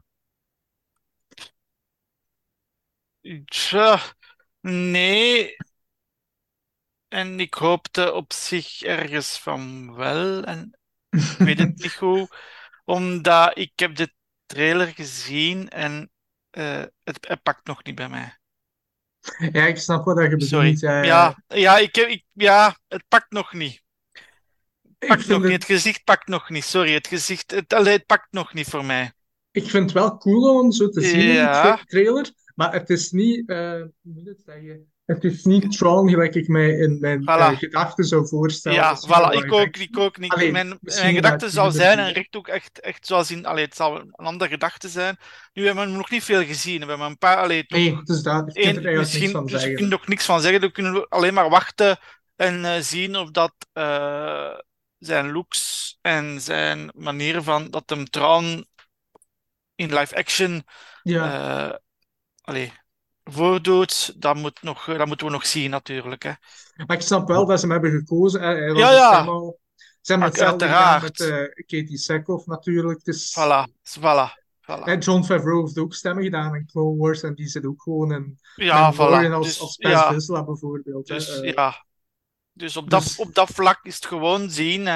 Tja, nee. En ik hoopte op zich ergens van wel. En ik weet het niet goed. Omdat ik heb de trailer gezien en het pakt nog niet bij mij. Ja, ik snap wat je Sorry. bedoelt. Ja, het pakt nog niet. Ik Pakt vind nog niet. het, Het gezicht pakt nog niet. Sorry, het gezicht. Het pakt nog niet voor mij. ik vind het wel cool om zo te zien in die Ja, trailer, maar het is niet, hoe moet ik het zeggen? Het is niet Tron gelijk ik mij in mijn voilà. gedachten zou voorstellen. Ja, Misschien voilà. wel wat Ik ook niet. Alleen, Mijn misschien wat gedachte zou minder zijn, en goed. richt ook echt zoals in. Allee, het zal een andere gedachte zijn. Nu hebben we nog niet veel gezien. We hebben een paar. Allee, Nee, toch. dus daar, je kunt er eigenlijk niks Misschien. van Dus we kunnen zeggen. er nog niks van zeggen. We kunnen alleen maar wachten en zien of dat zijn looks en zijn manier van. Dat hem Tron in live action. Ja, eh allee, voordoet, dat moeten we nog zien natuurlijk. Hè. Maar ik snap wel dat ze hem hebben gekozen. Hij was Ja, het ja, helemaal... Ze hebben hetzelfde gedaan met uiteraard. Katie Sackhoff natuurlijk. Dus, Voilà, voilà, voilà. John Favreau heeft ook stemmen gedaan in Clone Wars en die zit ook gewoon in Ja, Mandalorian voilà. als Dus Pez ja, Vizsla bijvoorbeeld. Hè. dus ja. Dus Dus op dat vlak is het gewoon zien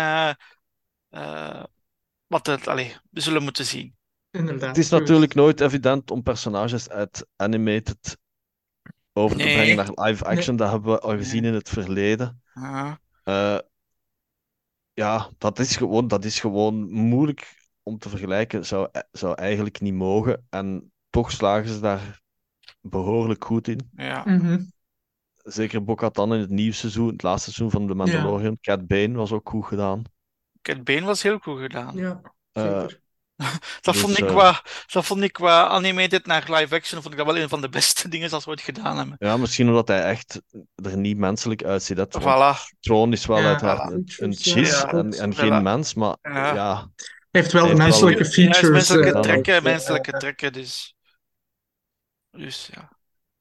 wat we zullen moeten zien. Het inderdaad, is zo is natuurlijk het. nooit evident om personages uit animated over te brengen Nee. naar live Nee. action. Dat hebben we al gezien Nee. in het verleden. Ah, Eh, ja, dat is gewoon moeilijk om te vergelijken. Zou eigenlijk niet mogen. En toch slagen ze daar behoorlijk goed in. ja. Mhm. Zeker Bo-Katan in het nieuwe seizoen, het laatste seizoen van The Ja, Mandalorian. Cat Bane was ook goed gedaan. Cat Bane was heel goed gedaan. ja, Eh, zeker. Dat vond dus ik qua, dat vond ik qua animated naar live action vond ik dat wel een van de beste dingen als we ooit gedaan hebben. ja, misschien omdat hij echt er niet menselijk uitziet. Hè. Want Voilà, Thrawn is wel Ja, uiteraard voilà. een features, ja, chiss Ja, klopt. en geen voilà. mens, maar Ja. ja, Hij heeft hij wel de heeft wel menselijke Ja, is features. talent. menselijke trekken, dus ja.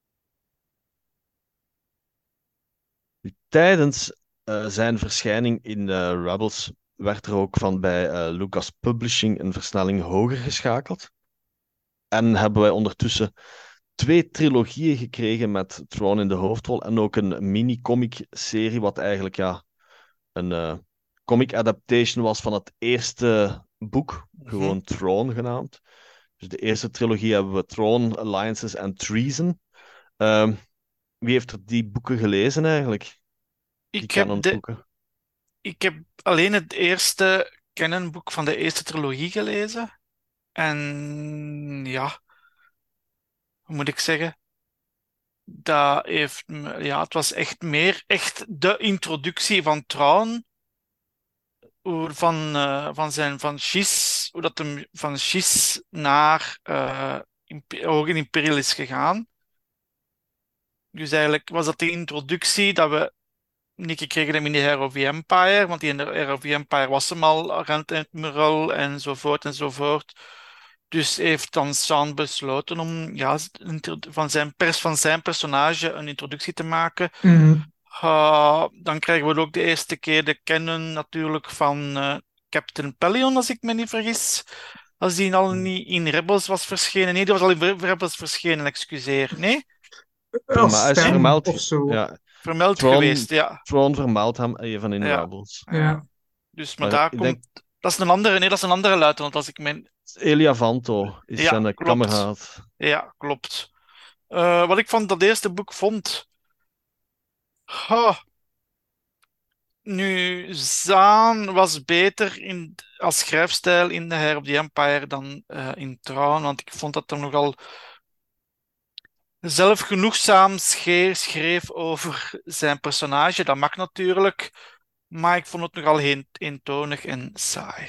Tijdens zijn verschijning in Rebels werd er ook van bij Lucas Publishing een versnelling hoger geschakeld. En hebben wij ondertussen 2 trilogieën gekregen met Thrawn in de hoofdrol en ook een mini-comic-serie, wat eigenlijk ja, een comic adaptation was van het eerste boek, Mhm. gewoon Thrawn genaamd. Dus de eerste trilogie hebben we Thrawn, Alliances en Treason. Ehm, wie heeft er die boeken gelezen eigenlijk? Die Ik heb, canonboeken. ik heb alleen het eerste canonboek van de eerste trilogie gelezen. En ja, hoe moet ik zeggen? Het was echt meer echt de introductie van Thrawn. Van Chiss, hoe dat hem van Chiss naar Hoge Imperial is gegaan. Dus eigenlijk was dat de introductie dat we niet gekregen hebben in de Heir of the Empire, want in de Heir of the Empire was hem al Grand Admiral enzovoort enzovoort. Dus heeft dan Sean besloten om ja, van zijn personage een introductie te maken. Mhm. Dan krijgen we ook de eerste keer de canon natuurlijk van Captain Pellaeon, als ik me niet vergis. Als die al niet in Rebels was verschenen. Nee, die was al in Rebels verschenen, excuseer. Nee? Als Hij is stem vermeld. of zo. Ja, Vermeld Thrawn, geweest, ja. Thrawn vermeldt hem even in Ja, Rebels. ja. Ja. Dus, maar Maar daar ik denk, komt... Dat is een andere, nee, dat is een andere luitenant, als ik mijn... Elia Vanto is Ja, zijn klopt. kameraad. Ja, klopt. Wat ik van dat eerste boek vond... Nu, Zaan was beter als schrijfstijl in The Heir of the Empire dan in Thrawn, want ik vond dat hij nogal zelfgenoegzaam schreef over zijn personage. Dat mag natuurlijk, maar ik vond het nogal eentonig en saai.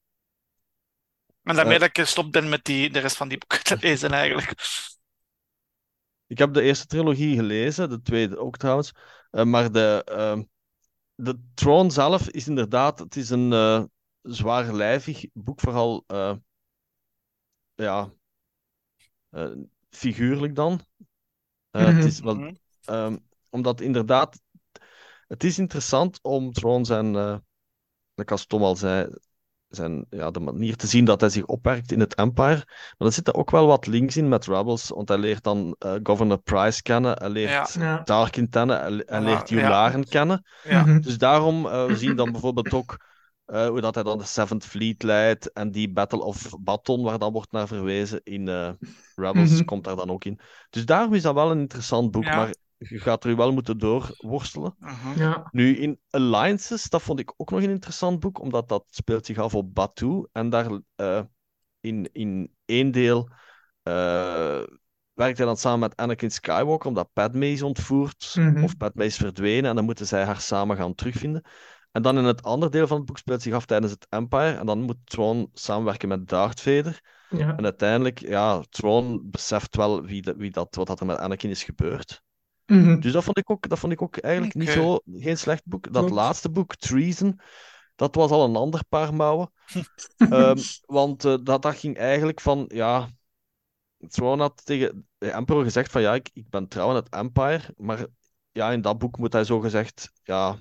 En daarmee Eh, dat ik gestopt ben met de rest van die boeken te lezen, eigenlijk. ik heb de eerste trilogie gelezen, de tweede ook trouwens. Maar de Thrawn zelf is inderdaad, het is een zwaarlijvig boek, vooral ja, eh, figuurlijk dan. Het Mhm. is wel, Mhm. omdat inderdaad, het is interessant om Thrawn zijn, like als Tom al zei, ja, de manier te zien dat hij zich opwerkt in het Empire. Maar er zit ook wel wat links in met Rebels, want hij leert dan Governor Price kennen, hij Ja, leert Ja. Tarkin kennen, hij leert voilà, ja, Yularen kennen. ja. Mhm. Dus daarom we zien dan bijvoorbeeld ook hoe dat hij dan de Seventh Fleet leidt en die Battle of Baton, waar dan wordt naar verwezen in Rebels, Mhm. komt daar dan ook in. Dus daarom is dat wel een interessant boek, Ja. maar je gaat er wel moeten doorworstelen. Mhm. Ja. Nu, in Alliances, dat vond ik ook nog een interessant boek, omdat dat speelt zich af op Batuu. En daar in één deel werkt hij dan samen met Anakin Skywalker, omdat Padme is ontvoerd, Mhm. of Padme is verdwenen, en dan moeten zij haar samen gaan terugvinden. En dan in het andere deel van het boek speelt zich af tijdens het Empire, en dan moet Thrawn samenwerken met Darth Vader. Ja. En uiteindelijk, ja, Thrawn beseft wel wat dat er met Anakin is gebeurd. Mhm. Dus dat vond ik ook eigenlijk niet Oké. geen slecht boek. Dat Klopt. laatste boek, Treason, dat was al een ander paar mouwen. Want dat ging eigenlijk van, ja, Thrawn had tegen de Emperor gezegd van ja, ik ben trouw aan het Empire, maar ja, in dat boek moet hij zo gezegd, ja,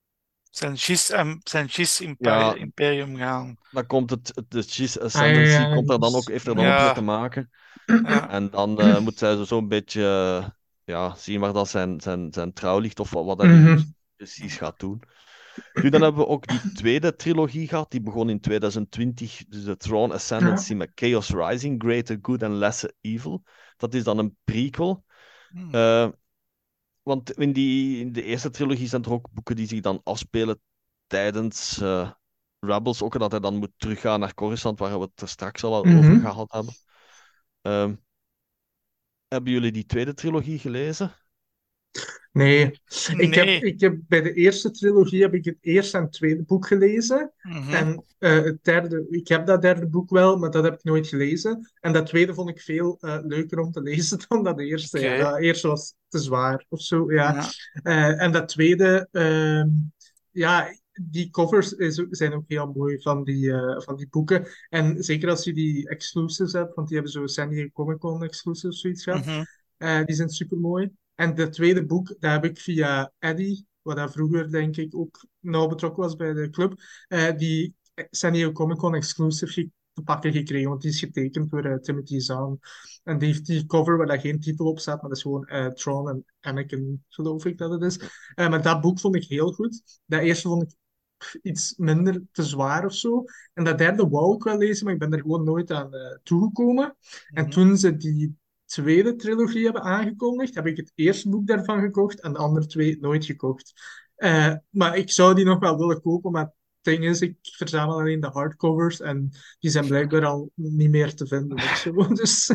Zijn Gis ja, Imperium gaan. dan komt de Chiss Ah, ja, Ascendancy ja, komt er dan ook, juist. heeft er dan ook mee te Ja, maken. ja. En dan moet zij zo'n beetje ja, zien waar dat zijn trouw ligt of wat hij nu Mhm. precies gaat doen. Nu, dan hebben we ook die tweede trilogie gehad, die begon in 2020, dus de Throne Ja. Ascendancy met Chaos Rising, Greater Good and Lesser Evil. Dat is dan een prequel. Hmm. Eh, want in de eerste trilogie zijn er ook boeken die zich dan afspelen tijdens Rebels. Ook dat hij dan moet teruggaan naar Coruscant, waar we het er straks al over Mhm. gehad hebben. Ehm, hebben jullie die tweede trilogie gelezen? Nee, Nee. ik heb bij de eerste trilogie heb ik het eerste en tweede boek gelezen. Mhm. En het derde, ik heb dat derde boek wel, maar dat heb ik nooit gelezen. En dat tweede vond ik veel leuker om te lezen dan dat eerste. Ja, Oké. dat eerste was te zwaar of zo. Ja. Ja. En dat tweede, ja, die covers zijn ook heel mooi van die boeken. En zeker als je die exclusives hebt, want die hebben zo San Diego Comic Con exclusives zoiets gehad. Mhm. Die zijn super mooi. En het tweede boek, dat heb ik via Eddie, wat hij vroeger denk ik ook nauw betrokken was bij de club, die San Diego Comic Con exclusive te pakken gekregen, want die is getekend door Timothy Zahn. En die heeft die cover waar daar geen titel op staat, maar dat is gewoon Tron en Anakin, geloof ik dat het is. Maar dat boek vond ik heel goed. Dat eerste vond ik iets minder te zwaar of zo. En dat derde wou ik wel lezen, maar ik ben er gewoon nooit aan toegekomen. En Mhm. toen ze die tweede trilogie hebben aangekondigd, heb ik het eerste boek daarvan gekocht en de andere twee nooit gekocht. Maar ik zou die nog wel willen kopen, maar het ding is, ik verzamel alleen de hardcovers en die zijn blijkbaar al niet meer te vinden of zo. Dus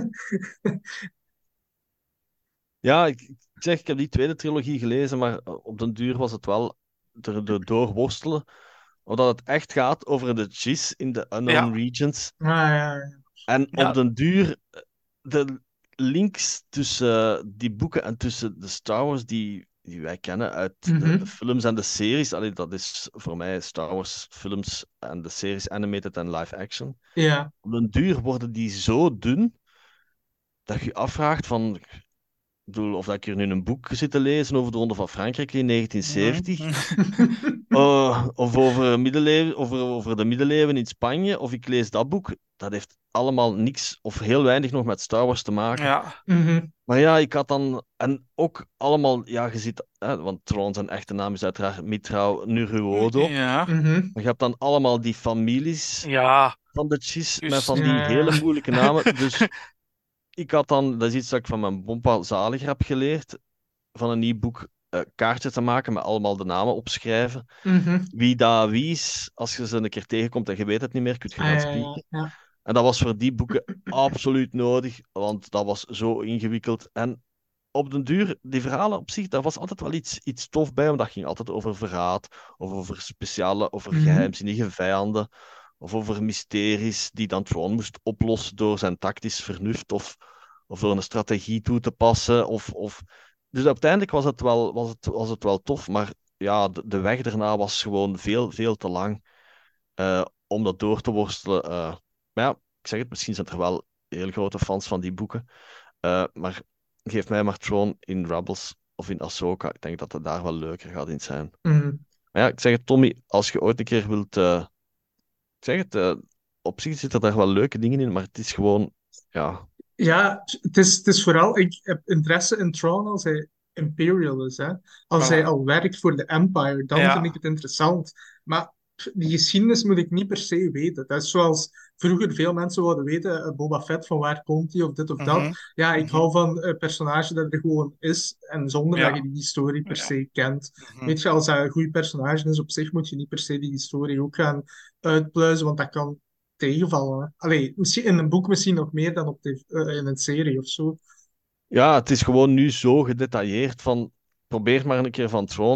Ja, ik zeg, ik heb die tweede trilogie gelezen, maar op den duur was het wel er doorworstelen. Omdat het echt gaat over de Chiss in de Unknown Ja. Regions. ja. En op Ja. den duur, de links tussen die boeken en tussen de Star Wars die wij kennen uit de Mhm. films en de series. Allee, dat is voor mij Star Wars films en de series animated en live action. Ja. Op den duur worden die zo dun dat je je afvraagt van, ik bedoel, of dat ik hier nu een boek zit te lezen over de Ronde van Frankrijk in Mhm. 1970. Of over de middeleeuwen in Spanje, of ik lees dat boek. Dat heeft allemaal niks of heel weinig nog met Star Wars te maken. Ja. Mhm. Maar ja, ik had dan... En ook allemaal... Ja, je ziet... want Tron zijn echte naam is uiteraard Mitrau Naruhodo. Ja. Mhm. Maar je hebt dan allemaal die families Ja. van de Chiss met van Juist. die hele Ja. moeilijke namen. Dus ik had dan... Dat is iets dat ik van mijn bompa Zaliger heb geleerd. Van een nieuw boek kaartje te maken met allemaal de namen opschrijven. Mhm. Wie dat wie is, als je ze een keer tegenkomt en je weet het niet meer, kun je gaan spieken. Ja. En dat was voor die boeken absoluut nodig, want dat was zo ingewikkeld. En op den duur, die verhalen op zich, daar was altijd wel iets tof bij, want dat ging altijd over verraad, of over speciale, over Mhm. geheimzinnige vijanden, of over mysteries die dan Tron moest oplossen door zijn tactisch vernuft, of door een strategie toe te passen. Dus uiteindelijk was het wel tof, maar ja, de weg daarna was gewoon veel, veel te lang om dat door te worstelen. Maar ja, ik zeg het, misschien zijn er wel heel grote fans van die boeken. Maar geef mij maar Tron in Rebels of in Ahsoka. Ik denk dat het daar wel leuker gaat in zijn. Mhm. Maar ja, ik zeg het, Tommy, als je ooit een keer wilt... ik zeg het, op zich zitten daar wel leuke dingen in, maar het is gewoon... Ja, Ja, het is vooral, ik heb interesse in Tron als hij Imperial is. Hè. Als hij Voilà. al werkt voor de Empire, dan vind ik Ja. het interessant. Maar die geschiedenis moet ik niet per se weten. Dat is zoals vroeger veel mensen wilden weten, Boba Fett, van waar komt hij, of dit of dat. Mhm. Ja, ik Mhm. hou van een personage dat er gewoon is, en zonder dat je Ja. die historie per Ja. se kent. Mhm. Weet je, als hij een goed personage is op zich, moet je niet per se die historie ook gaan uitpluizen, want dat kan tegenvallen. Allee, misschien in een boek misschien nog meer dan in een serie of zo. ja, het is gewoon nu zo gedetailleerd van... Probeer maar een keer van Tron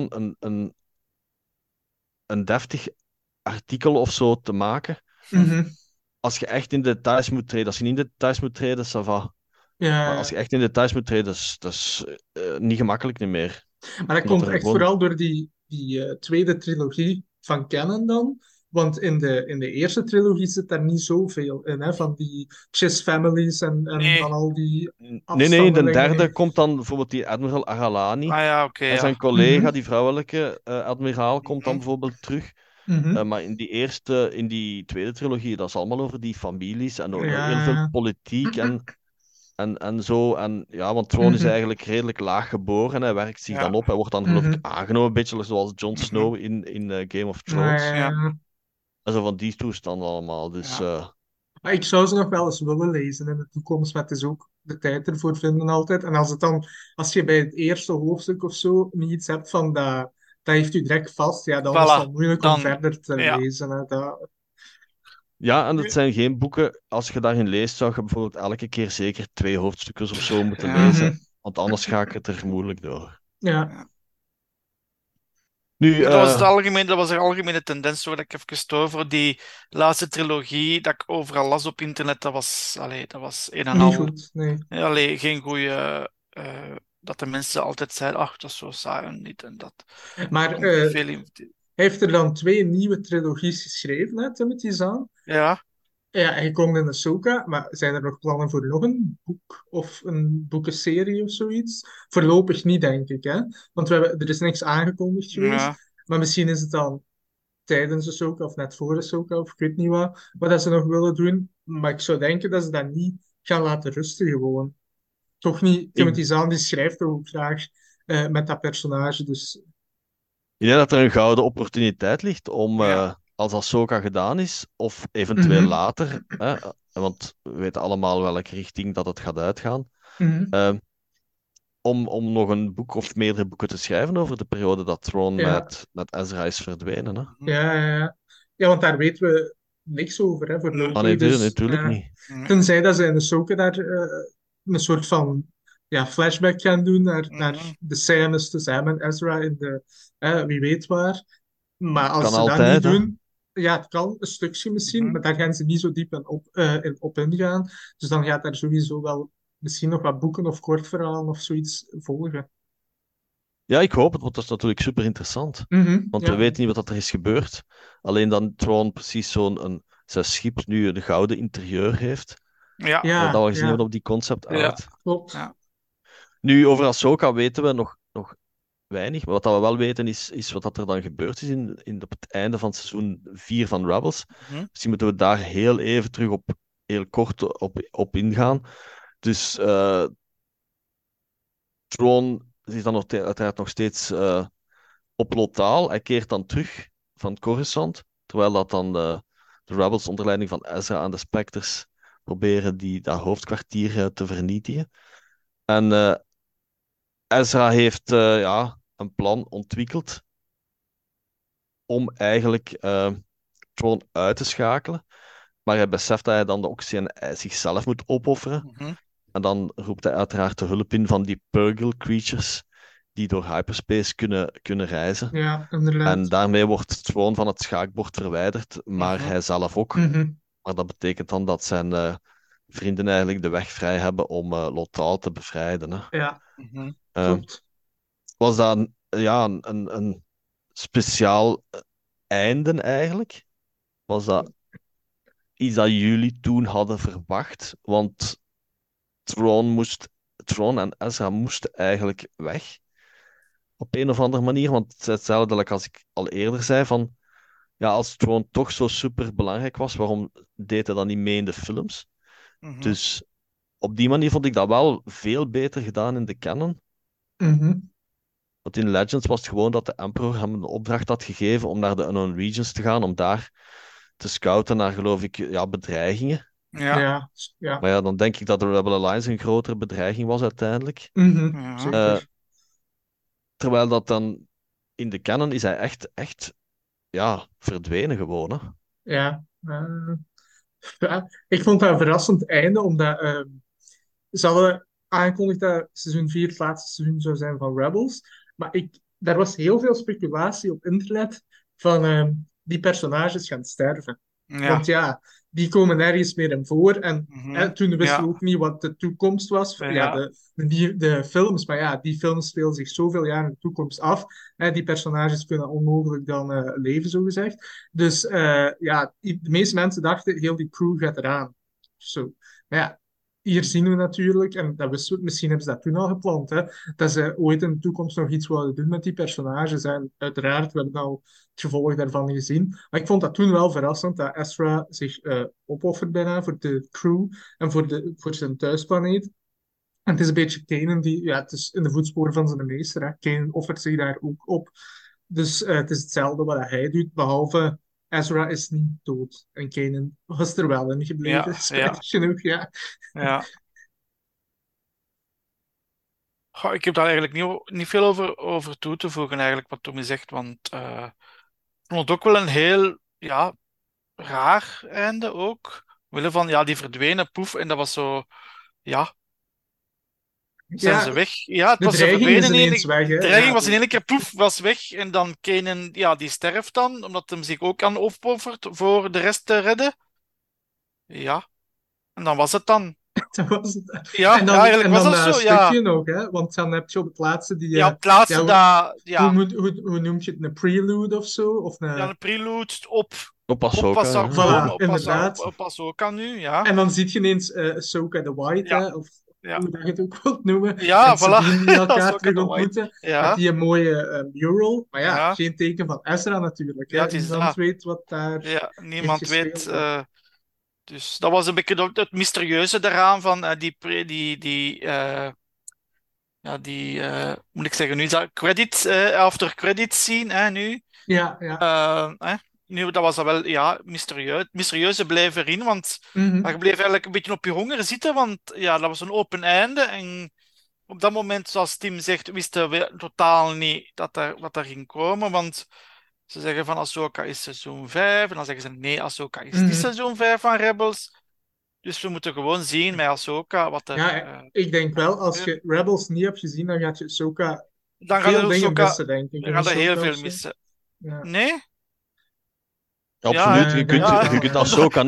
een deftig artikel of zo te maken. Mhm. Als je echt in de details moet treden. Als je niet in de details moet treden, ça va. Maar als Ja, je echt in de details moet treden, dat is niet gemakkelijk niet meer. maar dat Omdat komt er echt gewoon... vooral door die tweede trilogie van Canon dan. Want in de eerste trilogie zit daar niet zoveel in, hè, van die Chiss families en van Nee. al die Nee, in de afstammelingen. derde Nee. komt dan bijvoorbeeld die Admiral Agalani. Ah ja, oké, En zijn ja. collega, Mhm, die vrouwelijke admiraal, komt dan Mhm. bijvoorbeeld terug. mhm. Maar in die tweede trilogie, dat is allemaal over die families en heel veel Ja, politiek en zo. En ja, want Thrawn is mhm, eigenlijk redelijk laag geboren. En hij werkt zich dan Ja. op. Hij wordt dan, geloof ik, mhm. aangenomen, een beetje zoals Jon Mhm. Snow in Game of Thrones. Ja. Ja. En zo van die toestanden allemaal. Dus Ja. Maar ik zou ze nog wel eens willen lezen in de toekomst, maar het is ook de tijd ervoor vinden altijd. En als je bij het eerste hoofdstuk of zo niet iets hebt van dat heeft u direct vast, ja, dan is het Voilà. al moeilijk om Dan, verder te ja. lezen. Hè. ja, en het zijn geen boeken. Als je daarin leest, zou je bijvoorbeeld elke keer zeker 2 hoofdstukjes of zo moeten Ja. lezen. Mhm. Want anders ga ik het er moeilijk door. Ja. Ja. Nu, Ja, dat was de algemene tendens waar ik even stoor. Die laatste trilogie dat ik overal las op internet, dat was een en Niet al. goed, nee. Allee, geen goede. Dat de mensen altijd zeiden: ach, dat is zo saai en dit en dat. Maar Komt niet veel in. hij heeft er dan 2 nieuwe trilogies geschreven, hè, Timothy Zahn. Ja, Ja, hij komt in Ahsoka, maar zijn er nog plannen voor nog een boek of een boekenserie of zoiets? Voorlopig niet, denk ik, hè? Want er is niks aangekondigd ja, geweest. Maar misschien is het dan tijdens Ahsoka of net voor Ahsoka of ik weet niet wat dat ze nog willen doen. Maar ik zou denken dat ze dat niet gaan laten rusten gewoon. Toch niet, ik, Timothy Zahn die schrijft toch ook graag met dat personage, dus... ik denk dat er een gouden opportuniteit ligt om, ja. als Ahsoka gedaan is, of eventueel Mhm, later, want we weten allemaal welke richting dat het gaat uitgaan, mhm. eh, om nog een boek of meerdere boeken te schrijven over de periode dat Thrawn Ja, met Ezra is verdwenen. Hè? Mhm. ja. Ja, want daar weten we niks over, hè, Nee. Ah nee, voorlopig. Dus natuurlijk niet. Nee. tenzij dat ze in de Ahsoka daar een soort van ja, flashback gaan doen Mhm. naar de scènes tussen hem en Ezra in de wie weet waar. Maar als Kan ze dat niet altijd, hè. doen, ja, het kan een stukje misschien, Mhm. maar daar gaan ze niet zo diep op ingaan. Dus dan gaat daar sowieso wel misschien nog wat boeken of kortverhalen of zoiets volgen. Ja, ik hoop het, want dat is natuurlijk super interessant. Mhm, Want we ja. weten niet wat er is gebeurd. Alleen dan Thrawn precies zijn schip nu een gouden interieur heeft. Ja, Dat we Ja, al gezien hebben ja, op die concept ja, art. klopt. ja. Nu, over Ahsoka weten we nog weinig. Maar wat dat we wel weten is wat dat er dan gebeurd is op het einde van seizoen 4 van Rebels. Mhm. Misschien moeten we daar heel even terug heel kort op ingaan. Dus Thrawn is dan uiteraard nog steeds op Lothal. Hij keert dan terug van Coruscant, terwijl dat dan de Rebels onder leiding van Ezra en de Spectres proberen dat hoofdkwartier te vernietigen. En Ezra heeft ja, een plan ontwikkeld om eigenlijk Thrawn uit te schakelen. Maar hij beseft dat hij dan ook zichzelf moet opofferen. Mhm. En dan roept hij uiteraard de hulp in van die Purgle creatures die door hyperspace kunnen reizen. Ja, En inderdaad. daarmee wordt Thrawn van het schaakbord verwijderd, maar Mhm. hij zelf ook. Mhm. Maar dat betekent dan dat zijn vrienden eigenlijk de weg vrij hebben om Lothal te bevrijden. Hè. Ja, Mhm. Eh, klopt. was dat ja, een speciaal einde eigenlijk? Was dat iets dat jullie toen hadden verwacht? Want Thrawn en Ezra moesten eigenlijk weg. Op een of andere manier. Want het is hetzelfde like als ik al eerder zei van ja, als Thrawn toch zo super belangrijk was, waarom deed hij dan niet mee in de films? Mhm. Dus op die manier vond ik dat wel veel beter gedaan in de canon. Mhm. Want in Legends was het gewoon dat de Emperor hem een opdracht had gegeven om naar de Unknown Regions te gaan, om daar te scouten naar, geloof ik, ja, bedreigingen. Ja, Ja, ja. Maar ja, dan denk ik dat de Rebel Alliance een grotere bedreiging was uiteindelijk. Mhm. ja. Eh, Zeker. terwijl dat dan in de canon is hij echt ja, verdwenen gewoon. Hè. Ja. Ja. Ik vond dat een verrassend einde, omdat ze hadden aangekondigd dat seizoen 4 het laatste seizoen zou zijn van Rebels. Maar daar was heel veel speculatie op internet van die personages gaan sterven. Ja. Want ja, die komen nergens meer in voor. En toen wisten we Ja, ook niet wat de toekomst was. Ja, ja, de films, maar ja, die films spelen zich zoveel jaar in de toekomst af. Die personages kunnen onmogelijk dan leven, zogezegd. Dus ja, de meeste mensen dachten, heel die crew gaat eraan. Zo. Maar ja, hier zien we natuurlijk, en dat wisten we, misschien hebben ze dat toen al gepland, hè, dat ze ooit in de toekomst nog iets wilden doen met die personages. En uiteraard, we hebben al het gevolg daarvan gezien. Maar ik vond dat toen wel verrassend dat Ezra zich opoffert bijna voor de crew en voor zijn thuisplaneet. En het is een beetje Kanan die, ja, het is in de voetsporen van zijn meester. Hè. Kanan offert zich daar ook op. Dus het is hetzelfde wat hij doet, behalve Ezra is niet dood. En Kanan was er wel in gebleven, ja, ja, spijtig genoeg, ja. ja. Goh, ik heb daar eigenlijk niet veel over toe te voegen, eigenlijk, wat Tommy zegt. Want ik vond het ook wel een heel ja, raar einde ook. Omwille van ja, die verdwenen poef. En dat was zo. Ja, zijn ze Ja, weg? Ja, het de was ze dreiging is verdwenen. ineens weg, De hè. dreiging Ja, was in één keer poef, was weg. En dan Kanan, ja, die sterft dan, omdat hem zich ook aan opoffert voor de rest te redden. Ja, en dan was het dan. dat was het. Ja, ja, eigenlijk En was dan dat dat zo, ja. stukje nog, hè? Want dan heb je op het laatste die, Ja, op het laatste, ja, ja, hoe noem je het? Een prelude of zo? Of ja, een... een prelude op, Op op wat Ahsoka, zou ja. komen, Voilà, inderdaad. op Ahsoka nu, ja. En dan zie je ineens Ahsoka the White, Ja, hè? Of ja. hoe dat je het ook wilt noemen. Ja, En voilà. Sabine die elkaar Ahsoka terug the White. ontmoeten. Met Ja, die mooie mural. Maar ja, ja, geen teken van Ezra natuurlijk, ja, hè? het is Niemand dat. weet wat daar Ja, heeft niemand weet. gespeeld. Hè. Dus dat was een beetje het mysterieuze daaraan van ja, moet ik zeggen, nu is dat credits, after credits zien, hè, nu. Ja, ja. Hè? Nu, dat was dat wel, ja, mysterieus. Het mysterieuze bleef erin, want maar Mhm. je bleef eigenlijk een beetje op je honger zitten, want ja, dat was een open einde. En op dat moment, zoals Tim zegt, wisten we totaal niet wat er ging komen, want ze zeggen van Ahsoka is seizoen 5, en dan zeggen ze nee, Ahsoka is niet Mhm. seizoen 5 van Rebels. Dus we moeten gewoon zien met Ahsoka wat er Ja, ik denk wel, als gebeurt. je Rebels niet hebt gezien, dan gaat je Ahsoka Dan gaat er veel dingen Ahsoka, missen, denk ik. dan In gaat er heel Ahsoka of veel zo. missen. Ja, Nee? Ja, Absoluut. hè? Je ik kunt, denk het Ja, je wel, kunt ja. Ahsoka,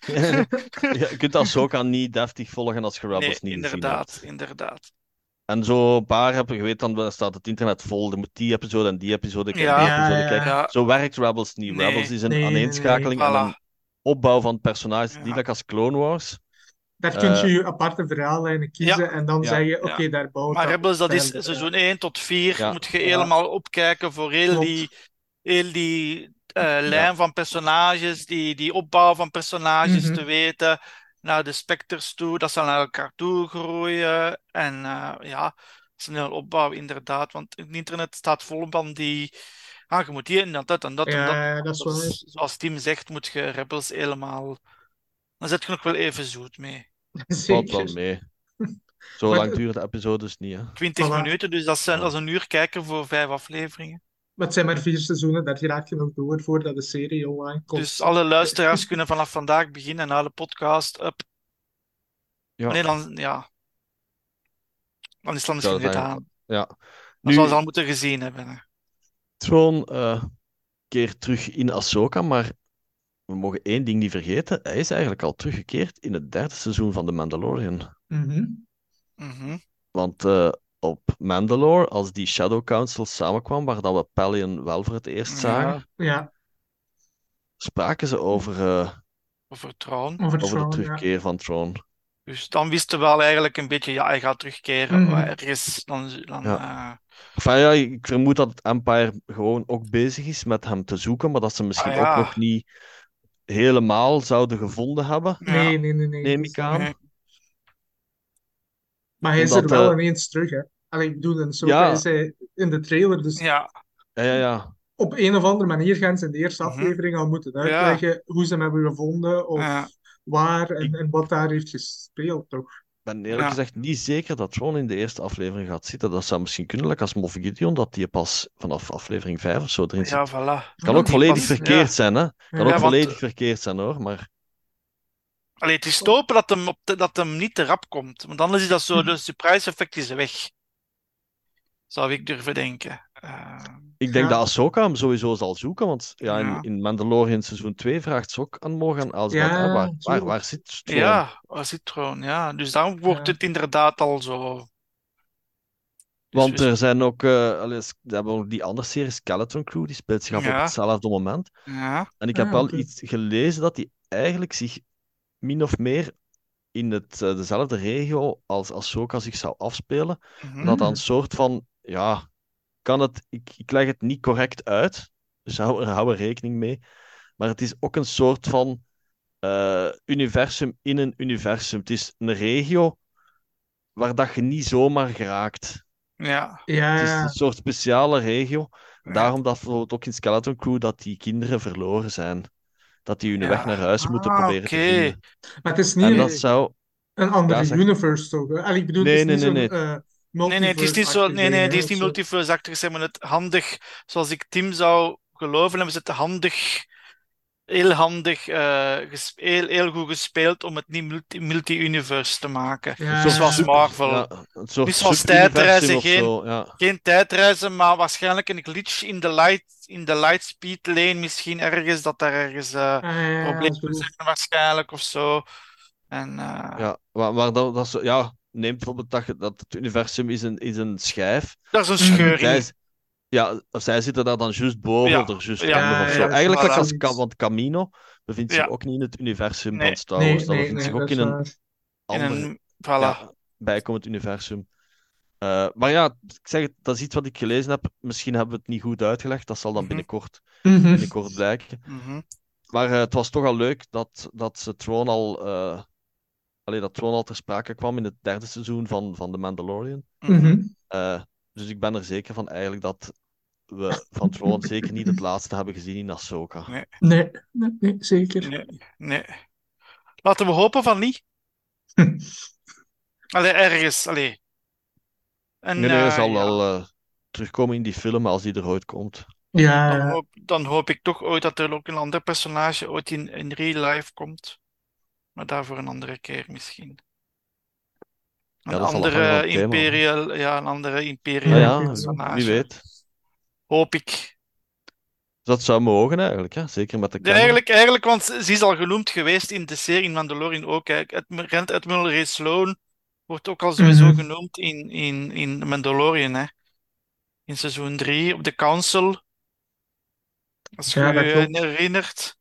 je kunt Ahsoka niet deftig volgen als je Nee, Rebels niet gezien inderdaad, hebt. inderdaad. En zo een paar hebben, je weet dan staat het internet vol. Je moet die episode en die episode en die Ja, Ja, episode kijken. ja. ja, Zo werkt Rebels niet. Rebels nee, is een Nee, nee, nee. aaneenschakeling en voilà. een opbouw van het personage. Niet Ja, like als Clone Wars. Daar kun Eh, je aparte verhaallijnen ja, kiezen en dan ja, zeg je, ja. oké, daar bouwt Maar dat Rebels, dat is verder seizoen uit. 1 tot 4, ja, moet je Voilà, helemaal opkijken voor klopt. heel die ja. lijn van personages, die opbouw van personages te Mhm. weten, naar de specters toe, dat ze naar elkaar toe groeien. En ja, dat is een heel opbouw inderdaad, want het internet staat vol van die... Ah, je moet die en dat en dat en dat. Ja, dat is waar. Dus, zoals Tim zegt, moet je Rebels helemaal... Dan zet je nog wel even zoet mee. Valt wel Zeker. mee. Zo Maar lang duren de episodes niet, hè. 20 voilà. minuten, dus dat Ja. is een uur kijken voor 5 afleveringen. Maar het zijn maar 4 seizoenen, daar raak je nog door voordat de serie online Dus komt. alle luisteraars kunnen vanaf vandaag beginnen na de podcast. Up. Ja, Nee, dan, ja, dan is het dan zou misschien dat eigenlijk... gedaan. Ja. Dan zou ze Nu, al moeten gezien hebben. Hè. Thrawn keert terug in Ahsoka, maar we mogen één ding niet vergeten. Hij is eigenlijk al teruggekeerd in het derde seizoen van The Mandalorian. Mhm. Mhm. Want op Mandalore, als die Shadow Council samenkwam, waar dat we Pelion wel voor het eerst zagen, Ja, Ja, spraken ze over Tron. over over de Throne, ja. terugkeer van Thrawn. Dus dan wisten we wel eigenlijk een beetje, ja, hij gaat terugkeren. Mhm. Ergens, dan Ja. Enfin, ja, ik vermoed dat het Empire gewoon ook bezig is met hem te zoeken, maar dat ze misschien ook nog ja, niet helemaal zouden gevonden hebben, ja, Nee, neem dat is ik dat aan. niet. nee, Maar hij is er Omdat, wel ineens terug, hè. Allee, ik bedoel, in Ahsoka ja, is hij in de trailer, dus ja, ja. op een of andere manier gaan ze in de eerste mhm, aflevering al moeten ja, uitleggen hoe ze hem hebben gevonden, of ja, waar Ik en wat daar heeft gespeeld, toch? ben eerlijk ja, gezegd niet zeker dat Thrawn in de eerste aflevering gaat zitten. Dat zou misschien kunnen, like als Moff Gideon, dat die pas vanaf aflevering 5 of zo erin ja, zit. voilà. Kan Dat ook die volledig pas, verkeerd ja, zijn, hè? Kan ook ja, Ja. want volledig verkeerd zijn, hoor. Maar allee, het is te hopen dat hem niet te rap komt. Want anders is dat zo, de surprise effect is weg. Zou ik durven denken. Ik denk Ja, dat Ahsoka hem sowieso zal zoeken, want ja, Ja. in Mandalorian seizoen 2 vraagt ze ook aan Morgan Elsbeth, hè, ja, waar tuurlijk. zit Thrawn? Ja, als het troon, ja. Dus dan wordt Ja. het inderdaad al zo. Dus Want er zijn ook, ze hebben ook die andere serie, Skeleton Crew, die speelt zich af op ja, hetzelfde moment. ja. En ik heb Ah, wel oké. iets gelezen dat die eigenlijk zich min of meer in dezelfde regio als Ahsoka zich zou afspelen. En Mhm. dat dan een Hmm. soort van, ja, ik leg het niet correct uit, dus hou er rekening mee. Maar het is ook een soort van universum in een universum. Het is een regio waar dat je niet zomaar geraakt. Ja, Ja, Het is een ja, soort speciale regio. ja, Daarom dat bijvoorbeeld ook in Skeleton Crew dat die kinderen verloren zijn. Dat die hun weg naar ja. huis moeten Ah, proberen te oké. vinden. maar het is niet En een, dat zou... een Ja, andere zeg... universe, toch? Hè? Allee, ik bedoel, het is Nee, nee, niet nee, zo'n nee. Nee, het is niet zo. multiverse-achtig Nee, ding, nee, het hè, is of niet zo. multiverse-achtig, zeg maar het handig. Zoals ik Tim zou geloven, hebben ze het handig, heel handig, heel goed gespeeld om het niet multi-universe te maken. Een Ja, Niet soort zoals ja, super... Marvel. Ja, een soort Niet zoals subuniversum tijdreizen, of zo. Ja. geen tijdreizen, maar waarschijnlijk een glitch in de lightspeed lane, misschien ergens, dat daar ergens ja, problemen zo. zijn waarschijnlijk of zo. En Ja, maar ja, neemt bijvoorbeeld dat het universum is een schijf. daar is een Mhm. scheur in. Ja, zij zitten daar dan juist boven Ja, of er juist ja, onder Ja, of zo. ja, Eigenlijk like voilà. zoiets. want Camino bevindt zich Ja, ook niet in het universum van nee, Star Wars. Nee, Dat nee, bevindt nee, zich dat ook is in een waar. in ander, een, voilà. ja, bijkomend universum. Maar ja, ik zeg het, dat is iets wat ik gelezen heb. Misschien hebben we het niet goed uitgelegd. Dat zal dan Mhm, Mhm. binnenkort blijken. mhm, Maar het was toch al leuk dat ze Thrawn al, dat Thrawn al ter sprake kwam in het derde seizoen van The Mandalorian. mhm. Mhm. Eh, dus ik ben er zeker van eigenlijk dat we van Thrawn zeker niet het laatste hebben gezien in Ahsoka. Nee, Nee, nee, nee, zeker. nee, nee. Laten we hopen van niet. Allee, ergens, allee. En Nee, nee, hij zal ja, wel terugkomen in die film als die er ooit komt. Ja, ja. dan hoop ik toch ooit dat er ook een ander personage ooit in real life komt. Maar daarvoor een andere keer misschien. Ja, dat zal afhangen van het thema. Een andere Nou Ja, imperial oké. ja, wie personage. weet. Hoop ik. Dat zou mogen eigenlijk, ja. Zeker met de Ja, canon. eigenlijk, want ze is al genoemd geweest in de serie in Mandalorian ook. Hè. Admiral Ray Sloan wordt ook al sowieso Mhm. genoemd in The Mandalorian, hè. In seizoen 3 op de Council. Als je Ja, dat je klopt. herinnert.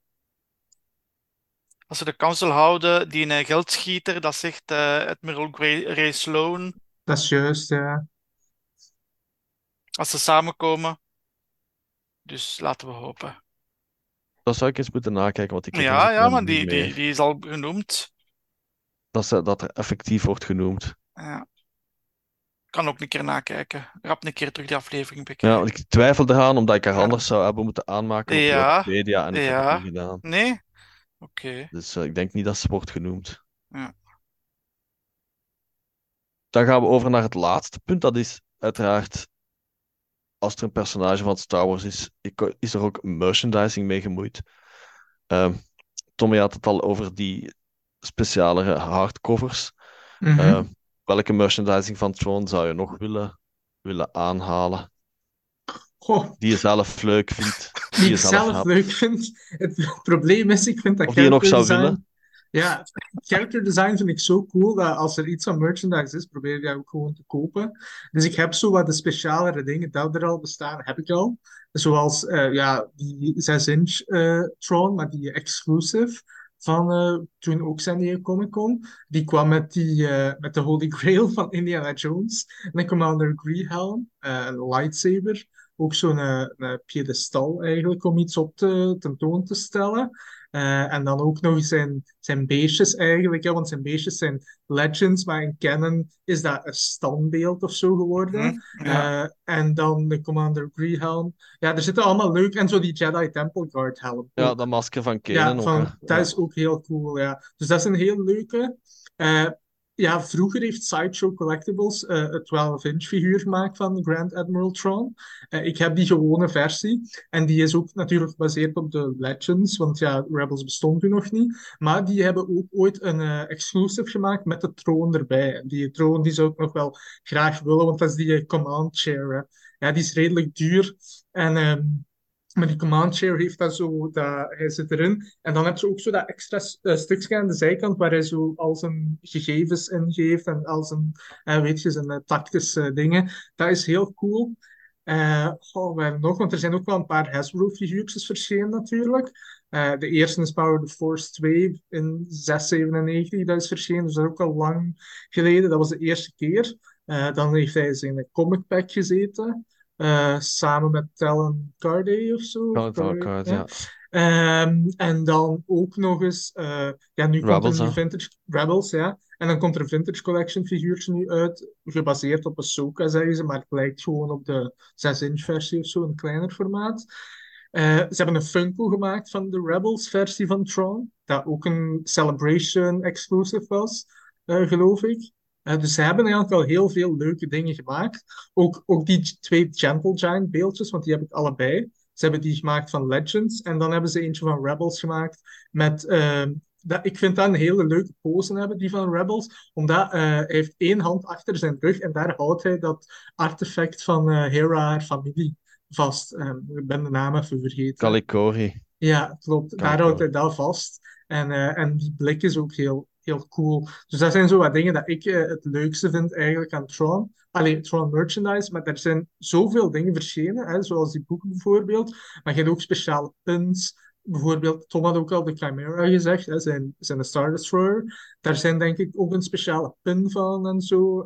Als ze de Council houden, die een geldschieter, dat zegt Admiral Ray Sloan. Dat is juist, ja. Als ze samenkomen. Dus laten we hopen. Dat zou ik eens moeten nakijken, want ik herinner Ja, het ja, me maar niet meer. die is al genoemd. Dat er effectief wordt genoemd. Ja. Kan ook een keer nakijken. Rap een keer terug die aflevering Ja, want bekijken. ik twijfel eraan omdat ik haar Ja, anders zou hebben moeten aanmaken op ja, Wikipedia en ik heb het niet ja. gedaan. Nee? Oké. Dus ik denk niet dat ze wordt genoemd. Ja. Dan gaan we over naar het laatste punt. Dat is uiteraard, als er een personage van Star Wars is, is er ook merchandising mee gemoeid. Ehm Tommy had het al over die speciale hardcovers. Mhm. Ehm, welke merchandising van Throne zou je nog willen aanhalen? Goh, Die je zelf leuk vindt, of die die ik je zelf zelf hebt, leuk vind. Het probleem is, ik vind dat of die je nog character zou design. willen. Ja, character design vind ik zo cool dat als er iets aan merchandise is, probeer je dat ook gewoon te kopen. Dus ik heb zo wat de specialere dingen dat er al bestaan, heb ik al. Zoals ja, die 6-inch Tron, maar die exclusive van toen ook San Diego Comic Con. Die kwam met de Holy Grail van Indiana Jones. En een Commander Greenhelm, een lightsaber. Ook zo'n een piedestal eigenlijk om iets op tentoon te stellen. En dan ook nog zijn beestjes eigenlijk, hè, want zijn beestjes zijn legends, maar in canon is dat een standbeeld of zo geworden. Ja. En dan de Commander Greenhelm. Ja, er zitten allemaal leuk. En zo die Jedi Temple Guard helm Ja, ook. dat masker van Kanan Ja, ook, hè. dat Ja. is ook heel cool, ja. Dus dat is een heel leuke. Eh, ja, vroeger heeft Sideshow Collectibles een 12-inch figuur gemaakt van Grand Admiral Thrawn. Ik heb die gewone versie. En die is ook natuurlijk gebaseerd op de Legends, want ja, Rebels bestond toen nog niet. Maar die hebben ook ooit een exclusive gemaakt met de troon erbij. En die troon die zou ik nog wel graag willen, want dat is die command chair, hè. ja, die is redelijk duur. En maar die command share heeft dat zo, hij zit erin. En dan heb je ook zo dat extra stukje aan de zijkant waar hij zo al zijn gegevens ingeeft en al zijn, weet je, zijn tactische dingen. Dat is heel cool. We hebben nog, want er zijn ook wel een paar Hasbro-figuurtjes verschenen natuurlijk. De eerste is Power of the Force 2 in 697, dat is verschenen, dus dat is ook al lang geleden. Dat was de eerste keer. Dan heeft hij in een comic pack gezeten, samen met Talon Carday of zo. Call it for a card, Ja. ja. En dan ook nog eens, ja, nu komt er Rebels, een hè. Vintage Rebels, ja. En dan komt er een Vintage Collection figuurtje nu uit, gebaseerd op Ahsoka, zeggen ze, maar het lijkt gewoon op de 6-inch versie of zo, een kleiner formaat. Ze hebben een Funko gemaakt van de Rebels versie van Tron, dat ook een Celebration exclusive was, geloof ik. Dus ze hebben eigenlijk al heel veel leuke dingen gemaakt. Ook die twee Gentle Giant beeldjes, want die heb ik allebei. Ze hebben die gemaakt van Legends en dan hebben ze eentje van Rebels gemaakt met... ik vind dat een hele leuke pose hebben, die van Rebels, omdat hij heeft één hand achter zijn rug en daar houdt hij dat artefact van Hera, haar familie, vast. Ik ben de naam even vergeten. Calicori. Ja, klopt. Daar houdt hij dat vast. En die blik is ook heel, heel cool. Dus dat zijn zo wat dingen dat ik het leukste vind eigenlijk aan Tron. Alleen Tron merchandise, maar er zijn zoveel dingen verschenen, hè, zoals die boeken bijvoorbeeld. Maar je hebt ook speciale pins. Bijvoorbeeld, Tom had ook al de Chimera gezegd, hè, zijn Star Destroyer. Daar zijn denk ik ook een speciale pin van en zo.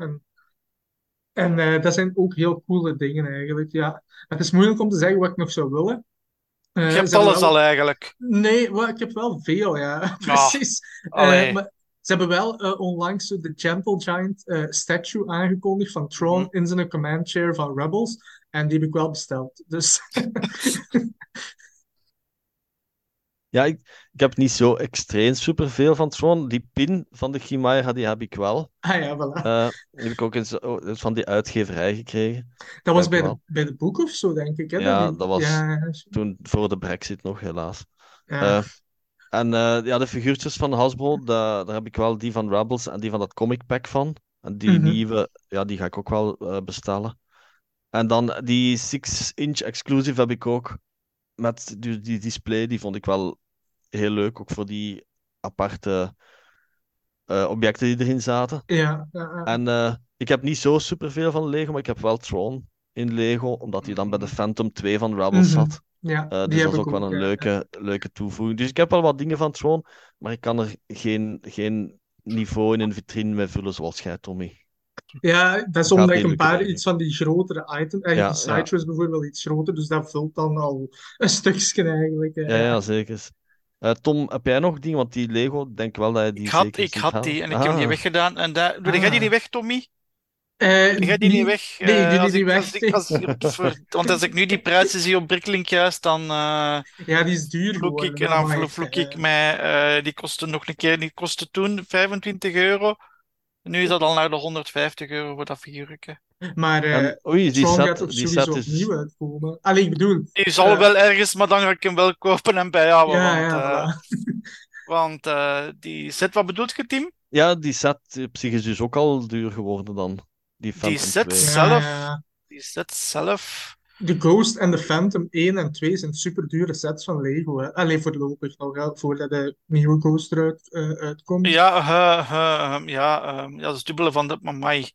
En dat zijn ook heel coole dingen eigenlijk, ja. Maar het is moeilijk om te zeggen wat ik nog zou willen. Je Ze hebt hebben alles wel... al eigenlijk. Nee, ik heb wel veel, ja, Ja, precies. allee. Maar ze hebben wel onlangs zo de Gentle Giant statue aangekondigd van Tron Mhm. in zijn command chair van Rebels. En die heb ik wel besteld. Dus Ja, ik heb niet zo extreem superveel van Tron. Die pin van de Chimera, die heb ik wel. ja, voilà. Die heb ik ook eens van die uitgeverij gekregen. Dat was Heb ik wel. bij de boek of zo, denk ik. Hè? Ja, dat was Ja, toen voor de Brexit nog, helaas. ja. Ja, de figuurtjes van Hasbro, daar heb ik wel die van Rebels en die van dat comic pack van. En die Mhm. nieuwe, ja, die ga ik ook wel bestellen. En dan die 6-inch exclusive heb ik ook. Met die display, die vond ik wel heel leuk. Ook voor die aparte objecten die erin zaten. Ja, En ik heb niet zo superveel van Lego, maar ik heb wel Tron in Lego, omdat hij dan bij de Phantom 2 van Rebels mhm. zat. Ja, die Dus heb dat is ik ook wel ook. een leuke toevoeging. Dus ik heb wel wat dingen van Tron, maar ik kan er geen niveau in een vitrine mee vullen zoals jij, Tommy. Ja, dat is Dat gaat omdat ik niet een lukken, paar denk ik. iets van die grotere items. Die Ja, ja, Citrus bijvoorbeeld iets groter, dus dat vult dan al een stukje eigenlijk. ja, ja, zeker. Tom, heb jij nog dingen? Want die Lego, denk wel dat je die zeker Ik ziet had halen. die en ik heb die weggedaan. En doe jij die niet Ah, weg, Tommy? Doe jij die niet weg? nee, doe die niet weg. Want als ik nu die prijzen zie op Bricklink juist, dan Ja, die is duur vloek ik geworden, en maar dan amai. vloek ik mij. Die kostte nog een keer, die kostte toen €25. En nu is dat al naar de €150 voor dat figuurtje. Maar En oei, Tron gaat toch die set sowieso is... opnieuw uitkomen? Allee, ik bedoel... Die zal wel ergens, maar dan ga ik hem wel kopen en bijhouden. ja, ja, voilà. Want die set, wat bedoelt je, Tim? Ja, die set op zich is dus ook al duur geworden dan. Die Die Phantom set 2. Ja, zelf. ja. Die set zelf. De Ghost en de Phantom 1 en 2 zijn super dure sets van Lego. Hè. Alleen voorlopig nog, hè, voordat de nieuwe Ghost eruit uitkomt. Ja, ja, dat is het dubbele van de Mamai.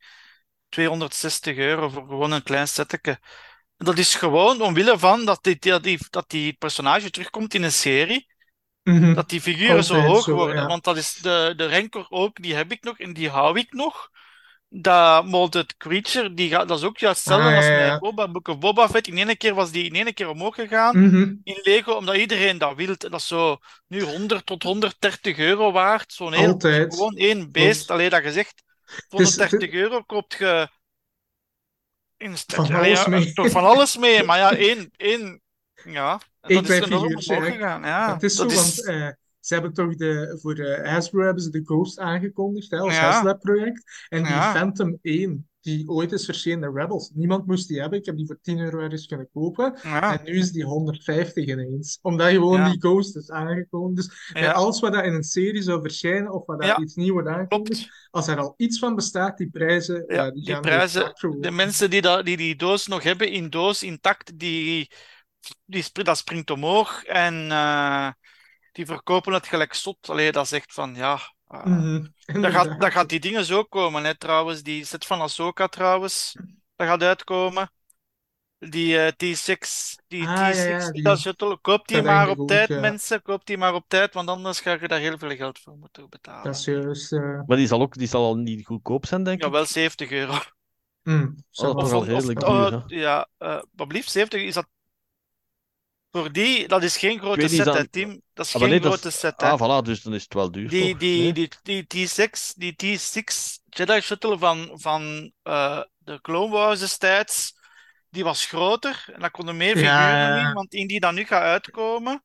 €260 voor gewoon een klein setje. En dat is gewoon omwille van dat die personage terugkomt in een serie. Mhm. Dat die figuren zo Altijd hoog zo, worden. ja. Want dat is de Rancor ook, die heb ik nog en die hou ik nog. Dat Molded Creature, dat is ook juist Ah, hetzelfde als ja, met ja. Book of Boba Fett. In ene keer was die in ene keer omhoog gegaan Mhm. in Lego, omdat iedereen dat wil. Dat is zo nu 100 tot €130 waard. Zo'n heel, Altijd. gewoon één beest. Klopt. Alleen dat gezegd, voor Het is €130 koopt je van allee, alles ja, mee. toch van alles mee. Maar ja, één ja. En Eén dat is klein enorm figuurtje. omhoog Hè. gegaan. Maar Ja, het is dat zo, want is... ze hebben toch voor Hasbro hebben ze de Ghost aangekondigd hè, als Ja, HasLab-project. En die ja, Phantom 1, die ooit is verschenen, de Rebels, niemand moest die hebben. Ik heb die voor 10 euro ergens kunnen kopen. ja, En nu is die 150 ineens. Omdat gewoon ja, die Ghost is aangekondigd. Dus met ja, alles wat dat in een serie zou verschijnen, of wat dat ja, iets nieuws wordt klopt. aangekondigd, als er al iets van bestaat, die prijzen, Ja, die die gaan door het prijzen, dak de gewoon. mensen die doos nog hebben in doos intact, dat springt omhoog en die verkopen het gelijk zot. Allee, dat is echt van, ja, Mhm, dat inderdaad. gaat die dingen zo komen, hè, trouwens. Die set van Ahsoka, trouwens, dat gaat uitkomen. Die T6, die Ah, ja, ja, T6, die dat shuttle, koop die staat maar eigenlijk op ook. tijd, mensen. Koop die maar op tijd, want anders ga je daar heel veel geld voor moeten Dat betalen. is juist. Maar die zal al niet goedkoop zijn, denk Ja, wel ik. 70 euro. Oh, Ça dat is toch va. al Of redelijk duur, hè? ja, wat blieft, 70 is dat voor die, dat is geen Ik grote weet niet, set, hè, dan... Tim. Dat is Ah, maar geen nee, dat is... grote set, hè. Ah, voilà, dus dan is het wel duur, toch? Nee? Die T6, die T6 Jedi Shuttle van de Clone Wars destijds, die was groter en daar konden meer Ja, figuren in, ja. want in die dan nu gaat uitkomen,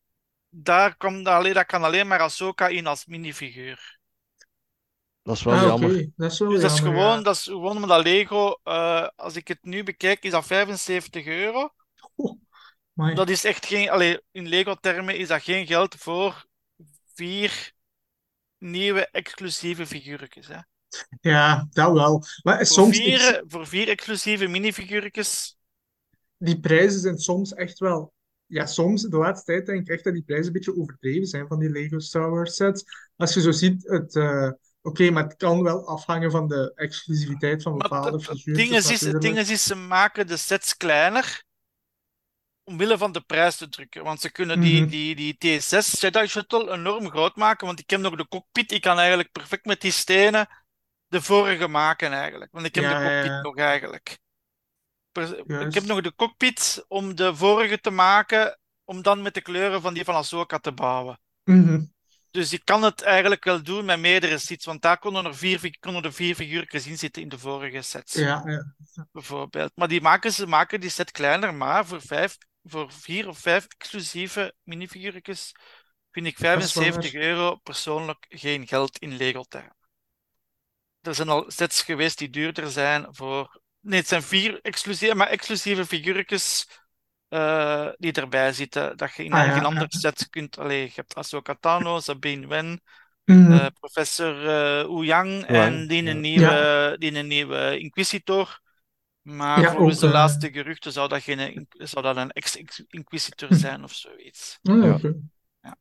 dat kan alleen maar Ahsoka in als minifiguur. Dat is wel Ah, jammer. oké. Dat is wel Dus jammer, ja. dat is gewoon met dat Lego, als ik het nu bekijk, is dat 75 euro. Oh, my. Dat is echt geen, allee, in Lego-termen is dat geen geld voor 4 nieuwe exclusieve figuurtjes. Hè. Ja, dat wel. Maar soms, Voor vier exclusieve minifiguurtjes. die prijzen zijn soms echt wel... Ja, soms, de laatste tijd denk ik echt dat die prijzen een beetje overdreven zijn van die Lego Star Wars sets. Als je zo ziet, oké, maar het kan wel afhangen van de exclusiviteit van Maar bepaalde het ding figuurtjes het ding natuurlijk. is, ze maken de sets kleiner omwille van de prijs te drukken. Want ze kunnen Mhm. die T6 Jedi Shuttle enorm groot maken. Want ik heb nog de cockpit. Ik kan eigenlijk perfect met die stenen de vorige maken eigenlijk. Want ik heb de Ja, ja, cockpit ja, nog eigenlijk. Ik heb juist. nog de cockpit om de vorige te maken, om dan met de kleuren van die van Ahsoka te bouwen. Mhm. Dus ik kan het eigenlijk wel doen met meerdere sets, want daar konden er 4 figuurtjes in zitten in de vorige sets, Ja, ja, bijvoorbeeld. Maar ze maken die set kleiner, maar voor 4 of 5 exclusieve minifiguurtjes vind ik dat is 75 waar. euro persoonlijk geen geld in Lego-termen. Er zijn al sets geweest die duurder zijn voor... Nee, het zijn 4 exclusieve figuurtjes die erbij zitten. Dat je in Ah, geen ja, ander ja. set kunt... Allee, je hebt Ahsoka Tano, Sabine Wen, Mhm. professor Ouyang Wang, en die ja. een nieuwe Inquisitor. Maar Ja, volgens ook. de laatste geruchten zou dat een ex-Inquisitor zijn of zoiets. Ja. Oké. Ja.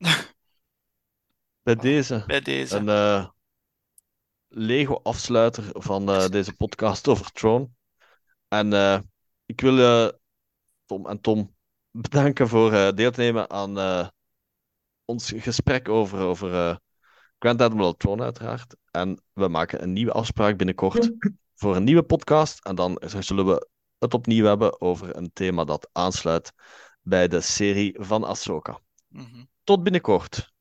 Bij Voilà, deze bij deze. een Lego-afsluiter van deze podcast over Throne. En ik wil Tom en Tom bedanken voor deel te nemen aan ons gesprek over Grand Admiral Throne, uiteraard. En we maken een nieuwe afspraak binnenkort voor een nieuwe podcast. En dan zullen we het opnieuw hebben over een thema dat aansluit bij de serie van Ahsoka. Mhm. Tot binnenkort.